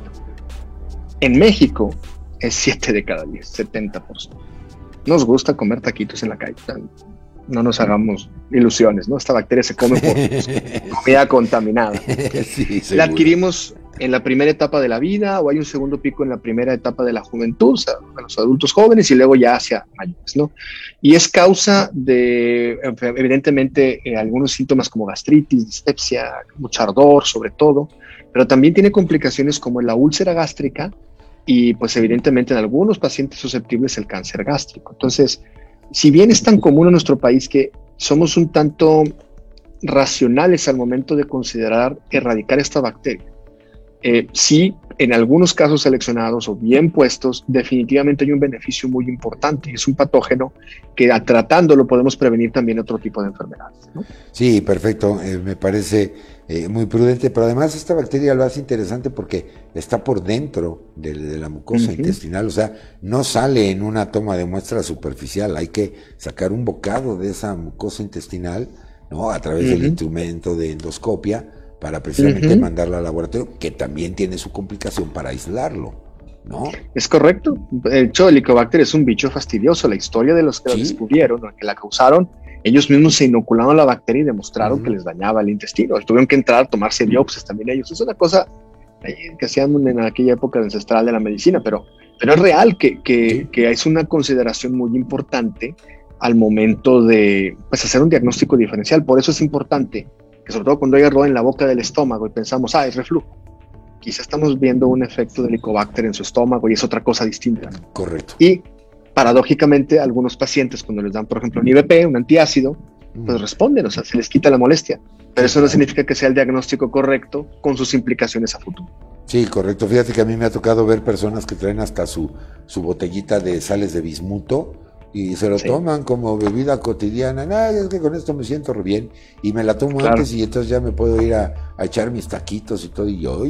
En México es 7 de cada 10, 70%. Nos gusta comer taquitos en la calle, no nos hagamos ilusiones, ¿no? Esta bacteria se come por comida contaminada. Sí, la adquirimos en la primera etapa de la vida, o hay un segundo pico en la primera etapa de la juventud, o sea, a los adultos jóvenes, y luego ya hacia mayores, ¿no? Y es causa de, evidentemente, algunos síntomas como gastritis, dispepsia, mucho ardor, sobre todo, pero también tiene complicaciones como la úlcera gástrica y, pues, evidentemente, en algunos pacientes susceptibles el cáncer gástrico. Entonces, si bien es tan común en nuestro país que somos un tanto racionales al momento de considerar erradicar esta bacteria, sí, en algunos casos seleccionados o bien puestos, definitivamente hay un beneficio muy importante y es un patógeno que tratándolo podemos prevenir también otro tipo de enfermedades, ¿no? Sí, perfecto, me parece muy prudente, pero además esta bacteria lo hace interesante porque está por dentro de la mucosa intestinal, o sea, no sale en una toma de muestra superficial, hay que sacar un bocado de esa mucosa intestinal, ¿no? A través del instrumento de endoscopia, para precisamente mandarla al laboratorio, que también tiene su complicación para aislarlo, ¿no? Es correcto. De hecho, el Helicobacter es un bicho fastidioso. La historia de los que la descubrieron, que la causaron, ellos mismos se inocularon la bacteria y demostraron que les dañaba el intestino. Tuvieron que entrar a tomarse biopsias también ellos. Es una cosa que hacían en aquella época ancestral de la medicina, pero es real que es una consideración muy importante al momento de, pues, hacer un diagnóstico diferencial. Por eso es importante que, sobre todo cuando hay ardor en la boca del estómago y pensamos, es reflujo, quizá estamos viendo un efecto del Helicobacter en su estómago y es otra cosa distinta. Correcto. Y paradójicamente algunos pacientes, cuando les dan, por ejemplo, un IVP, un antiácido, pues responden, o sea, se les quita la molestia, pero eso no significa que sea el diagnóstico correcto con sus implicaciones a futuro. Sí, correcto. Fíjate que a mí me ha tocado ver personas que traen hasta su botellita de sales de bismuto y se lo toman como bebida cotidiana. Es que con esto me siento re bien y me la tomo antes y entonces ya me puedo ir a echar mis taquitos y todo, y yo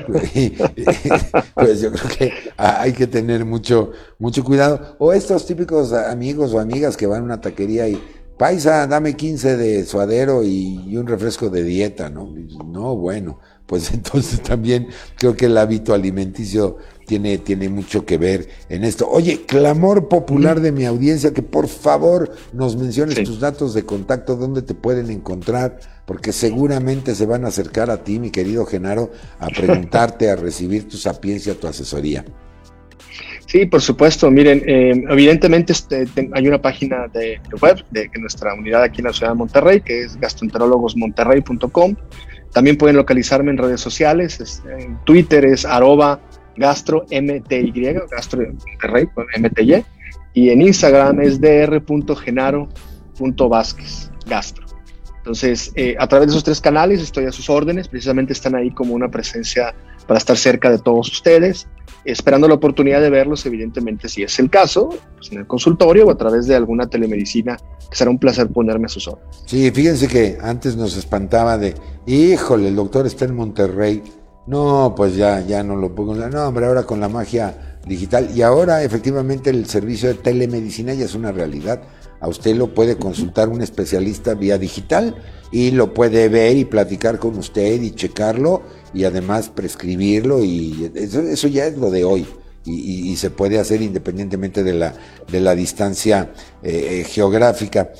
pues yo creo que hay que tener mucho cuidado. O estos típicos amigos o amigas que van a una taquería y, paisa, dame 15 de suadero y un refresco de dieta, ¿no? No, bueno, pues entonces también creo que el hábito alimenticio tiene mucho que ver en esto. Oye, clamor popular de mi audiencia, que por favor nos menciones tus datos de contacto, dónde te pueden encontrar, porque seguramente se van a acercar a ti, mi querido Genaro, a preguntarte, a recibir tu sapiencia, tu asesoría. Sí, por supuesto. Miren, evidentemente hay una página de web de nuestra unidad aquí en la ciudad de Monterrey, que es gastroenterologosmonterrey.com. También pueden localizarme en redes sociales. En Twitter es @gastromty, gastromonterrey con MTY, y en Instagram es dr.genaro.vázquez, gastro. Entonces, a través de esos 3 canales estoy a sus órdenes. Precisamente están ahí como una presencia para estar cerca de todos ustedes. esperando la oportunidad de verlos, evidentemente, si es el caso, pues en el consultorio o a través de alguna telemedicina, que será un placer ponerme a sus órdenes. Sí, fíjense que antes nos espantaba de, híjole, el doctor está en Monterrey. No, pues ya no lo pongo. No, hombre, ahora con la magia digital. Y ahora, efectivamente, el servicio de telemedicina ya es una realidad. A usted lo puede consultar un especialista vía digital y lo puede ver y platicar con usted y checarlo y además prescribirlo, y eso ya es lo de hoy. Y se puede hacer independientemente de la distancia geográfica.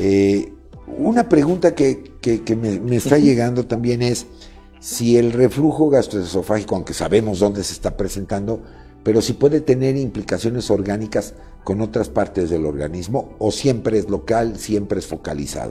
Una pregunta que me está llegando también es si el reflujo gastroesofágico, aunque sabemos dónde se está presentando, pero si puede tener implicaciones orgánicas con otras partes del organismo, o siempre es local, siempre es focalizado.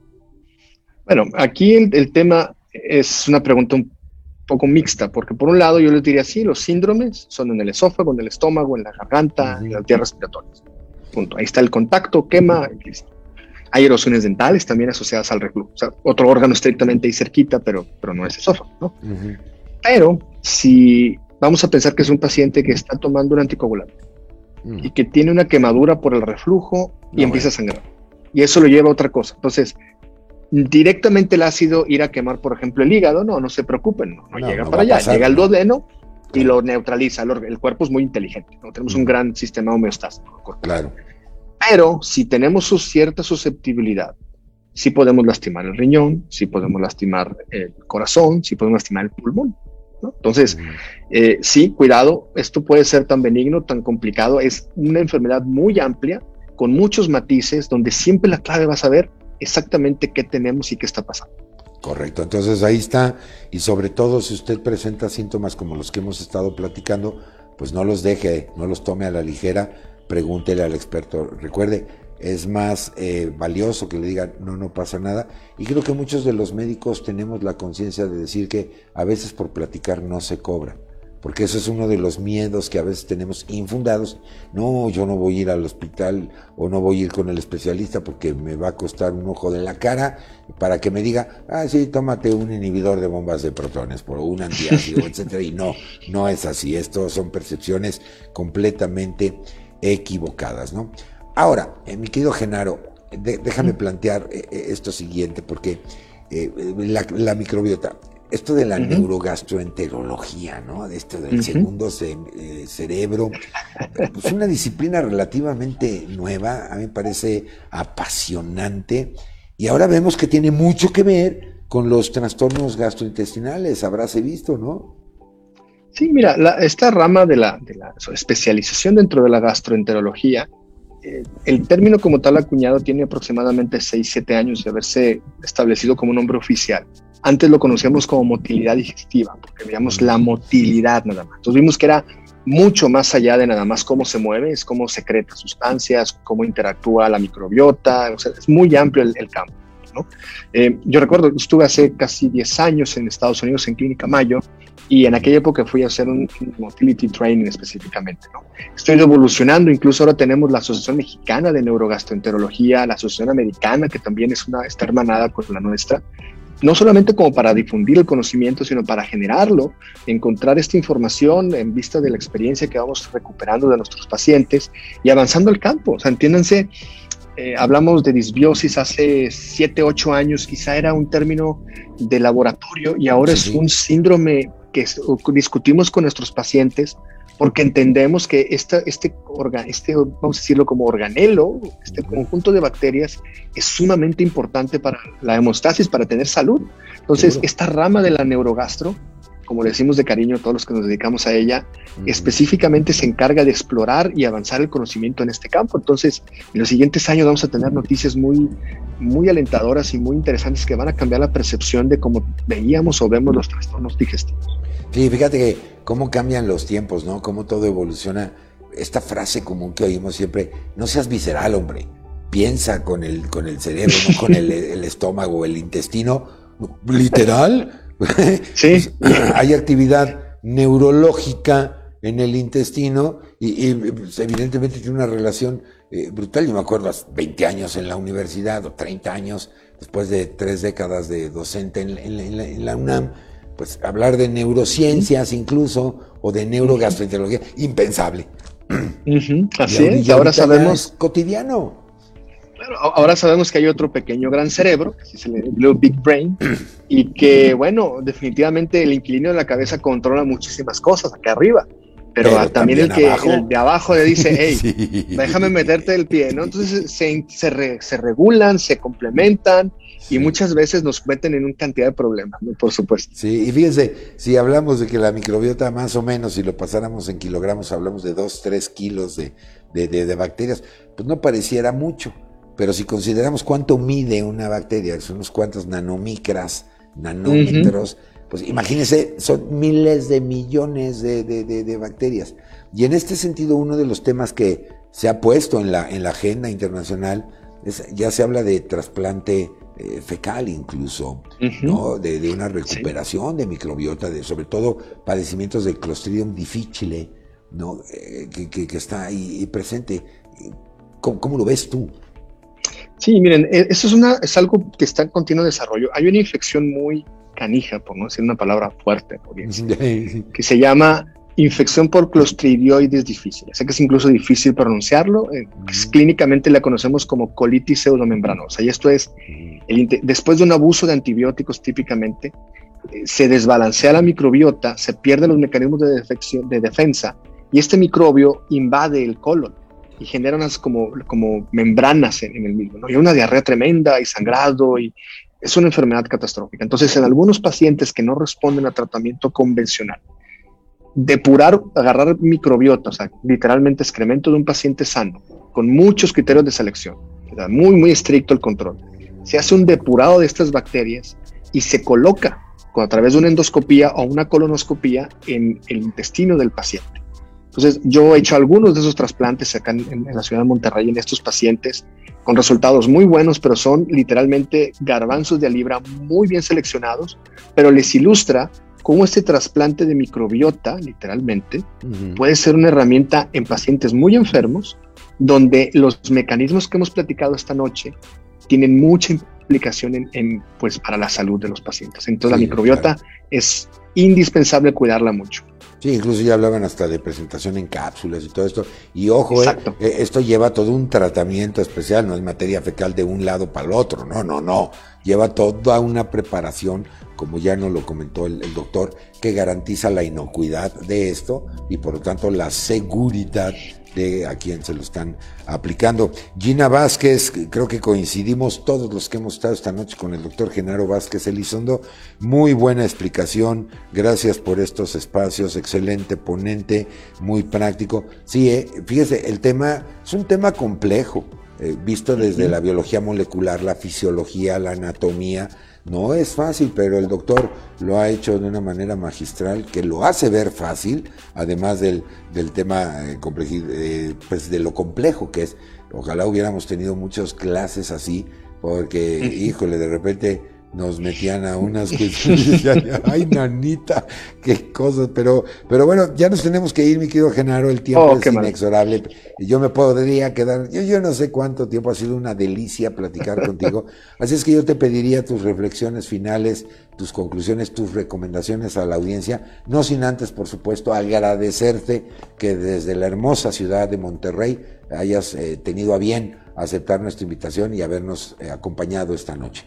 Bueno, aquí el tema es una pregunta un poco mixta, porque por un lado yo les diría, sí, los síndromes son en el esófago, en el estómago, en la garganta, en las vías respiratorias. Punto. Ahí está el contacto, quema, listo. Hay erosiones dentales también asociadas al reflujo. O sea, otro órgano estrictamente ahí cerquita, pero no es esófago, ¿no? Pero si vamos a pensar que es un paciente que está tomando un anticoagulante y que tiene una quemadura por el reflujo y empieza a sangrar, y eso lo lleva a otra cosa. Entonces, directamente el ácido ir a quemar, por ejemplo, el hígado, no se preocupen, no llega para allá, llega al duodeno y lo neutraliza. El cuerpo es muy inteligente, ¿no? Tenemos un gran sistema homeostático. Claro. Pero si tenemos cierta susceptibilidad, sí podemos lastimar el riñón, sí podemos lastimar el corazón, sí podemos lastimar el pulmón, ¿no? Entonces, sí, cuidado, esto puede ser tan benigno, tan complicado, es una enfermedad muy amplia, con muchos matices, donde siempre la clave va a saber exactamente qué tenemos y qué está pasando. Correcto, entonces ahí está, y sobre todo si usted presenta síntomas como los que hemos estado platicando, pues no los deje, no los tome a la ligera, pregúntele al experto. Recuerde, es más valioso que le digan no pasa nada, y creo que muchos de los médicos tenemos la conciencia de decir que a veces por platicar no se cobra, porque eso es uno de los miedos que a veces tenemos infundados. No, yo no voy a ir al hospital o no voy a ir con el especialista porque me va a costar un ojo de la cara para que me diga, sí, tómate un inhibidor de bombas de protones por un antiácido, etcétera. Y no es así. Esto son percepciones completamente equivocadas, ¿no? Ahora, mi querido Genaro, déjame plantear esto siguiente, porque la microbiota, esto de la neurogastroenterología, ¿no? De esto del segundo cerebro, pues una disciplina relativamente nueva, a mí me parece apasionante, y ahora vemos que tiene mucho que ver con los trastornos gastrointestinales, habráse visto, ¿no? Sí, mira, esta rama de la especialización dentro de la gastroenterología, el término como tal acuñado tiene aproximadamente 6-7 años de haberse establecido como nombre oficial. Antes lo conocíamos como motilidad digestiva, porque veíamos la motilidad nada más. Entonces vimos que era mucho más allá de nada más cómo se mueve, es cómo secreta sustancias, cómo interactúa la microbiota, o sea, es muy amplio el campo, ¿no? Yo recuerdo que estuve hace casi 10 años en Estados Unidos en Clínica Mayo, y en aquella época fui a hacer un motility training específicamente, ¿no? Estoy evolucionando, incluso ahora tenemos la Asociación Mexicana de Neurogastroenterología, la Asociación Americana, que también está hermanada con la nuestra, no solamente como para difundir el conocimiento, sino para generarlo, encontrar esta información en vista de la experiencia que vamos recuperando de nuestros pacientes y avanzando el campo. O sea, entiéndanse, hablamos de disbiosis hace 7-8 años, quizá era un término de laboratorio, y ahora es un síndrome que discutimos con nuestros pacientes, porque entendemos que vamos a decirlo como organelo, este conjunto de bacterias es sumamente importante para la hemostasis, para tener salud. Entonces, esta rama de la neurogastro, como le decimos de cariño a todos los que nos dedicamos a ella, específicamente se encarga de explorar y avanzar el conocimiento en este campo. Entonces, en los siguientes años vamos a tener noticias muy, muy alentadoras y muy interesantes que van a cambiar la percepción de cómo veíamos o vemos los trastornos digestivos. Sí, fíjate que cómo cambian los tiempos, ¿no? Cómo todo evoluciona. Esta frase común que oímos siempre, no seas visceral, hombre. Piensa con el cerebro, no con el estómago, el intestino. ¿Literal? Sí. Hay actividad neurológica en el intestino y pues, evidentemente tiene una relación brutal. Yo me acuerdo, 20 años en la universidad o 30 años, después de 3 décadas de docente en la UNAM, pues hablar de neurociencias incluso, o de neurogastroenterología, impensable. Así es, ahora sabemos. Es cotidiano. Claro, ahora sabemos que hay otro pequeño gran cerebro, que se le Little Big Brain, y que, bueno, definitivamente el inquilino de la cabeza controla muchísimas cosas acá arriba, pero también el de abajo le dice, hey, sí, déjame meterte el pie, ¿no? Entonces se regulan, se complementan, y muchas veces nos meten en una cantidad de problemas, ¿no? Por supuesto. Sí, y fíjense, si hablamos de que la microbiota más o menos, si lo pasáramos en kilogramos, hablamos de 2-3 kilos de bacterias, pues no pareciera mucho. Pero si consideramos cuánto mide una bacteria, que son unos cuantos nanómetros, pues imagínense, son miles de millones de bacterias. Y en este sentido, uno de los temas que se ha puesto en la agenda internacional, ya se habla de trasplante fecal incluso, ¿no? De una recuperación de microbiota, sobre todo padecimientos del Clostridium difficile, ¿no? Que está ahí presente. ¿Cómo lo ves tú? Sí, miren, eso es algo que está en continuo desarrollo. Hay una infección muy canija, por no decir una palabra fuerte, que se llama infección por Clostridioides difficile. Sé que es incluso difícil pronunciarlo. Clínicamente la conocemos como colitis pseudomembranosa. Y esto es, después de un abuso de antibióticos típicamente, se desbalancea la microbiota, se pierden los mecanismos de defensa, y este microbio invade el colon y genera unas como membranas en el mismo, ¿no? Y una diarrea tremenda y sangrado, y es una enfermedad catastrófica. Entonces, en algunos pacientes que no responden a tratamiento convencional, agarrar microbiota, o sea, literalmente excremento de un paciente sano, con muchos criterios de selección, ¿verdad? Muy, muy estricto el control. Se hace un depurado de estas bacterias y se coloca a través de una endoscopía o una colonoscopía en el intestino del paciente. Entonces, yo he hecho algunos de esos trasplantes acá en la ciudad de Monterrey en estos pacientes con resultados muy buenos, pero son literalmente garbanzos de libra muy bien seleccionados, pero les ilustra cómo este trasplante de microbiota, literalmente, puede ser una herramienta en pacientes muy enfermos, donde los mecanismos que hemos platicado esta noche tienen mucha implicación pues, para la salud de los pacientes. Entonces, sí, la microbiota es indispensable cuidarla mucho. Sí, incluso ya hablaban hasta de presentación en cápsulas y todo esto. Y ojo, esto lleva todo un tratamiento especial, no es materia fecal de un lado para el otro, no. Lleva toda una preparación, como ya nos lo comentó el doctor, que garantiza la inocuidad de esto y por lo tanto la seguridad de a quien se lo están aplicando. Gina Vázquez, creo que coincidimos todos los que hemos estado esta noche con el doctor Genaro Vázquez Elizondo. Muy buena explicación, gracias por estos espacios, excelente ponente, muy práctico. Sí, fíjese, el tema es un tema complejo, visto desde la biología molecular, la fisiología, la anatomía. No es fácil, pero el doctor lo ha hecho de una manera magistral que lo hace ver fácil, además del tema pues de lo complejo que es. Ojalá hubiéramos tenido muchas clases así, porque, híjole, de repente nos metían a unas que ay, nanita, qué cosas, pero bueno, ya nos tenemos que ir, mi querido Genaro, el tiempo es inexorable, y yo me podría quedar, yo no sé cuánto tiempo, ha sido una delicia platicar contigo, así es que yo te pediría tus reflexiones finales, tus conclusiones, tus recomendaciones a la audiencia, no sin antes, por supuesto, agradecerte que desde la hermosa ciudad de Monterrey hayas tenido a bien aceptar nuestra invitación y habernos acompañado esta noche.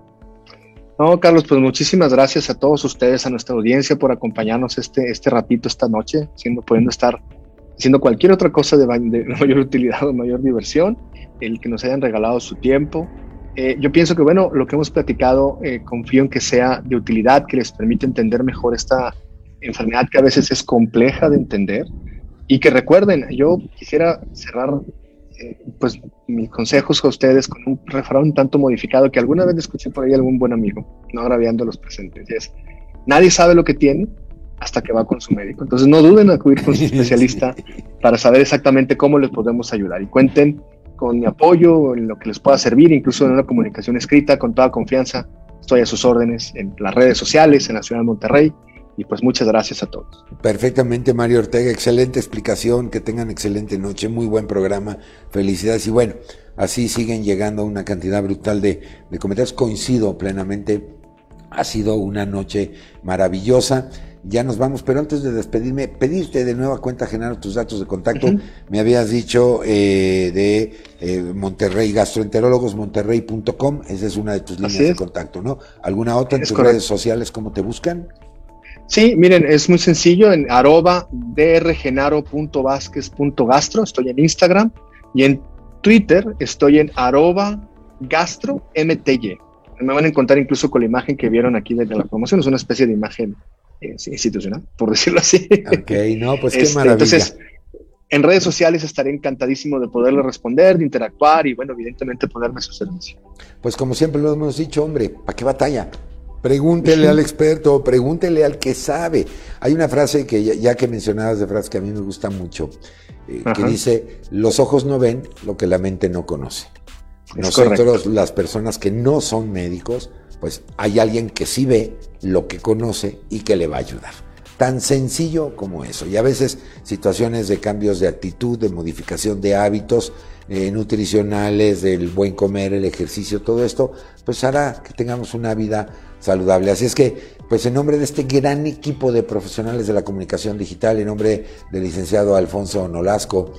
No, Carlos, pues muchísimas gracias a todos ustedes, a nuestra audiencia por acompañarnos este ratito, esta noche, pudiendo estar haciendo cualquier otra cosa de mayor utilidad o mayor diversión, el que nos hayan regalado su tiempo. Yo pienso que, bueno, lo que hemos platicado, confío en que sea de utilidad, que les permita entender mejor esta enfermedad que a veces es compleja de entender, y que recuerden, yo quisiera cerrar pues mis consejos a ustedes con un refrán un tanto modificado que alguna vez escuché por ahí a algún buen amigo, no agraviando a los presentes, y es: nadie sabe lo que tiene hasta que va con su médico. Entonces no duden en acudir con su especialista para saber exactamente cómo les podemos ayudar, y cuenten con mi apoyo en lo que les pueda servir, incluso en una comunicación escrita, con toda confianza. Estoy a sus órdenes en las redes sociales, en la ciudad de Monterrey. Y pues muchas gracias a todos. Perfectamente, Mario Ortega, excelente explicación, que tengan excelente noche, muy buen programa, felicidades. Y bueno, así siguen llegando una cantidad brutal de comentarios. Coincido plenamente, Ha sido una noche maravillosa. Ya nos vamos, pero antes de despedirme, pedirte de nueva cuenta, Genaro, tus datos de contacto. Me habías dicho de Monterrey, gastroenterólogos monterrey.com, esa es una de tus líneas de contacto, ¿no? ¿Alguna otra en tus redes sociales, cómo te buscan? Sí, miren, es muy sencillo, en @drgenaro.vasquez.gastro, estoy en Instagram, y en Twitter estoy en @gastromty. Me van a encontrar incluso con la imagen que vieron aquí de la promoción, es una especie de imagen institucional, por decirlo así. Ok, no, pues qué maravilla. Entonces, en redes sociales estaré encantadísimo de poderle responder, de interactuar y, bueno, evidentemente poderme su servicio. Pues como siempre lo hemos dicho, hombre, ¿para qué batalla? Pregúntele al experto, pregúntele al que sabe. Hay una frase que ya que mencionabas de frase que a mí me gusta mucho, que dice, los ojos no ven lo que la mente no conoce. Nosotros, las personas que no son médicos, pues hay alguien que sí ve lo que conoce y que le va a ayudar. Tan sencillo como eso. Y a veces situaciones de cambios de actitud, de modificación de hábitos nutricionales, del buen comer, el ejercicio, todo esto, pues hará que tengamos una vida saludable. Así es que, pues en nombre de este gran equipo de profesionales de la comunicación digital, en nombre del licenciado Alfonso Nolasco,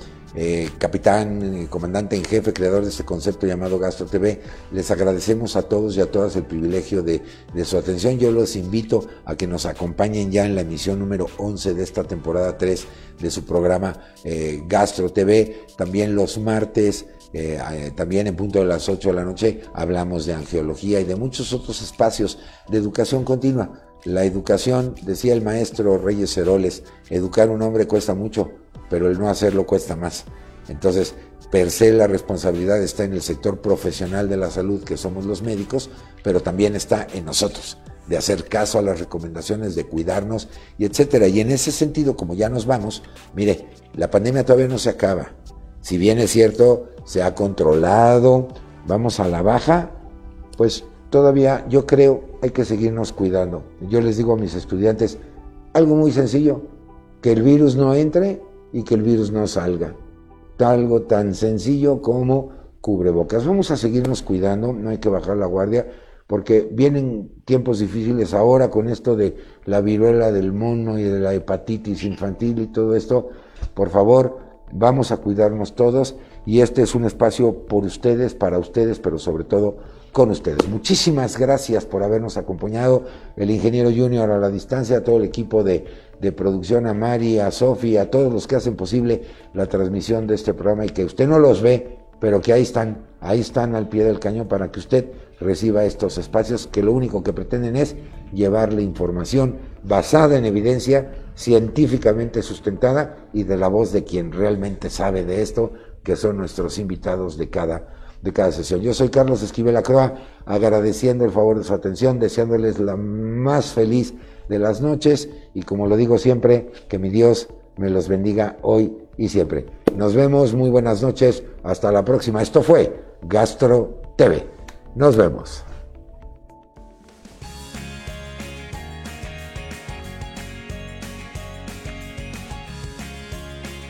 capitán, comandante en jefe, creador de este concepto llamado Gastro TV, les agradecemos a todos y a todas el privilegio de su atención. Yo los invito a que nos acompañen ya en la emisión número 11 de esta temporada 3 de su programa Gastro TV. También los martes, también en punto de las 8 de la noche, hablamos de angiología y de muchos otros espacios de educación continua. La educación, decía el maestro Reyes Heroles, educar a un hombre cuesta mucho, pero el no hacerlo cuesta más. Entonces, per se la responsabilidad está en el sector profesional de la salud, que somos los médicos, pero también está en nosotros, de hacer caso a las recomendaciones, de cuidarnos, y etcétera. Y en ese sentido, como ya nos vamos, mire, la pandemia todavía no se acaba. Si bien es cierto, se ha controlado, vamos a la baja, pues todavía yo creo hay que seguirnos cuidando. Yo les digo a mis estudiantes, algo muy sencillo, que el virus no entre y que el virus no salga. Algo tan sencillo como cubrebocas. Vamos a seguirnos cuidando, no hay que bajar la guardia, porque vienen tiempos difíciles ahora con esto de la viruela del mono y de la hepatitis infantil y todo esto. Por favor, vamos a cuidarnos todos, y este es un espacio por ustedes, para ustedes, pero sobre todo con ustedes. Muchísimas gracias por habernos acompañado, el ingeniero Junior a la distancia, a todo el equipo de producción, a Mari, a Sofi, a todos los que hacen posible la transmisión de este programa y que usted no los ve, pero que ahí están al pie del cañón para que usted reciba estos espacios que lo único que pretenden es llevarle información basada en evidencia, científicamente sustentada y de la voz de quien realmente sabe de esto, que son nuestros invitados de cada sesión. Yo soy Carlos Esquivel Acroa, agradeciendo el favor de su atención, deseándoles la más feliz de las noches y, como lo digo siempre, que mi Dios me los bendiga hoy y siempre. Nos vemos, muy buenas noches, hasta la próxima. Esto fue Gastro TV. Nos vemos.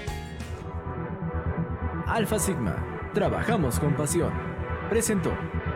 Alfa Sigma, trabajamos con pasión. Presentó.